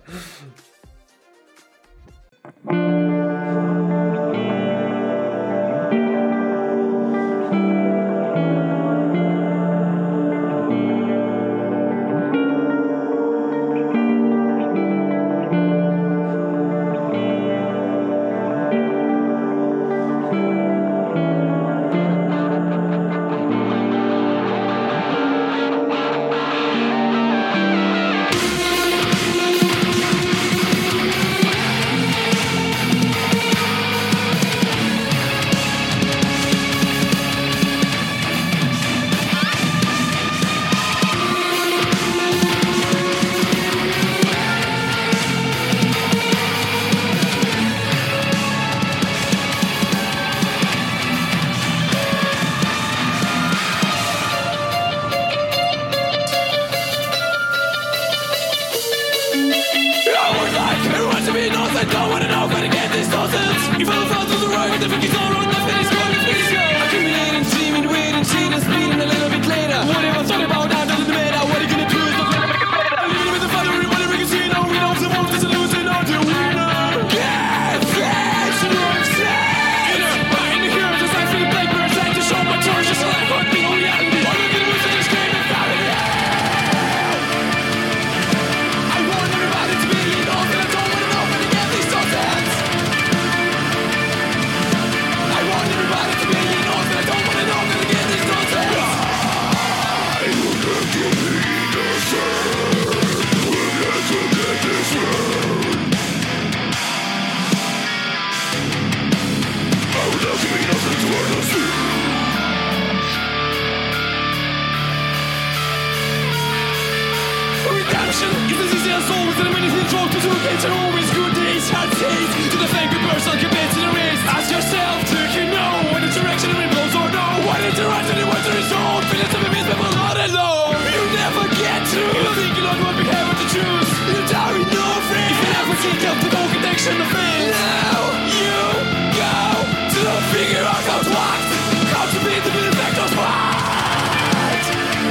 [SPEAKER 3] What is the result? Feelings of a miserable heart alone. You never get to. You think you know would be able to choose. You die with no free. If you never think of the whole connection of me. Now you go to figure out how to act. How to be the effect of what.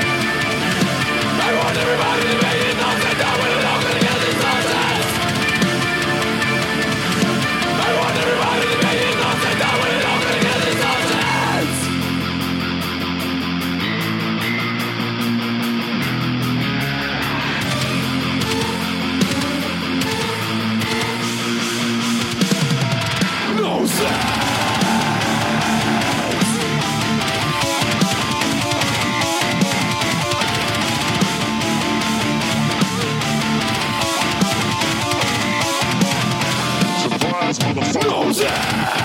[SPEAKER 3] I want everybody to make it known that I will not gonna get this nonsense. I want everybody to make it known that I will not gonna get this nonsense. No sense. No sense.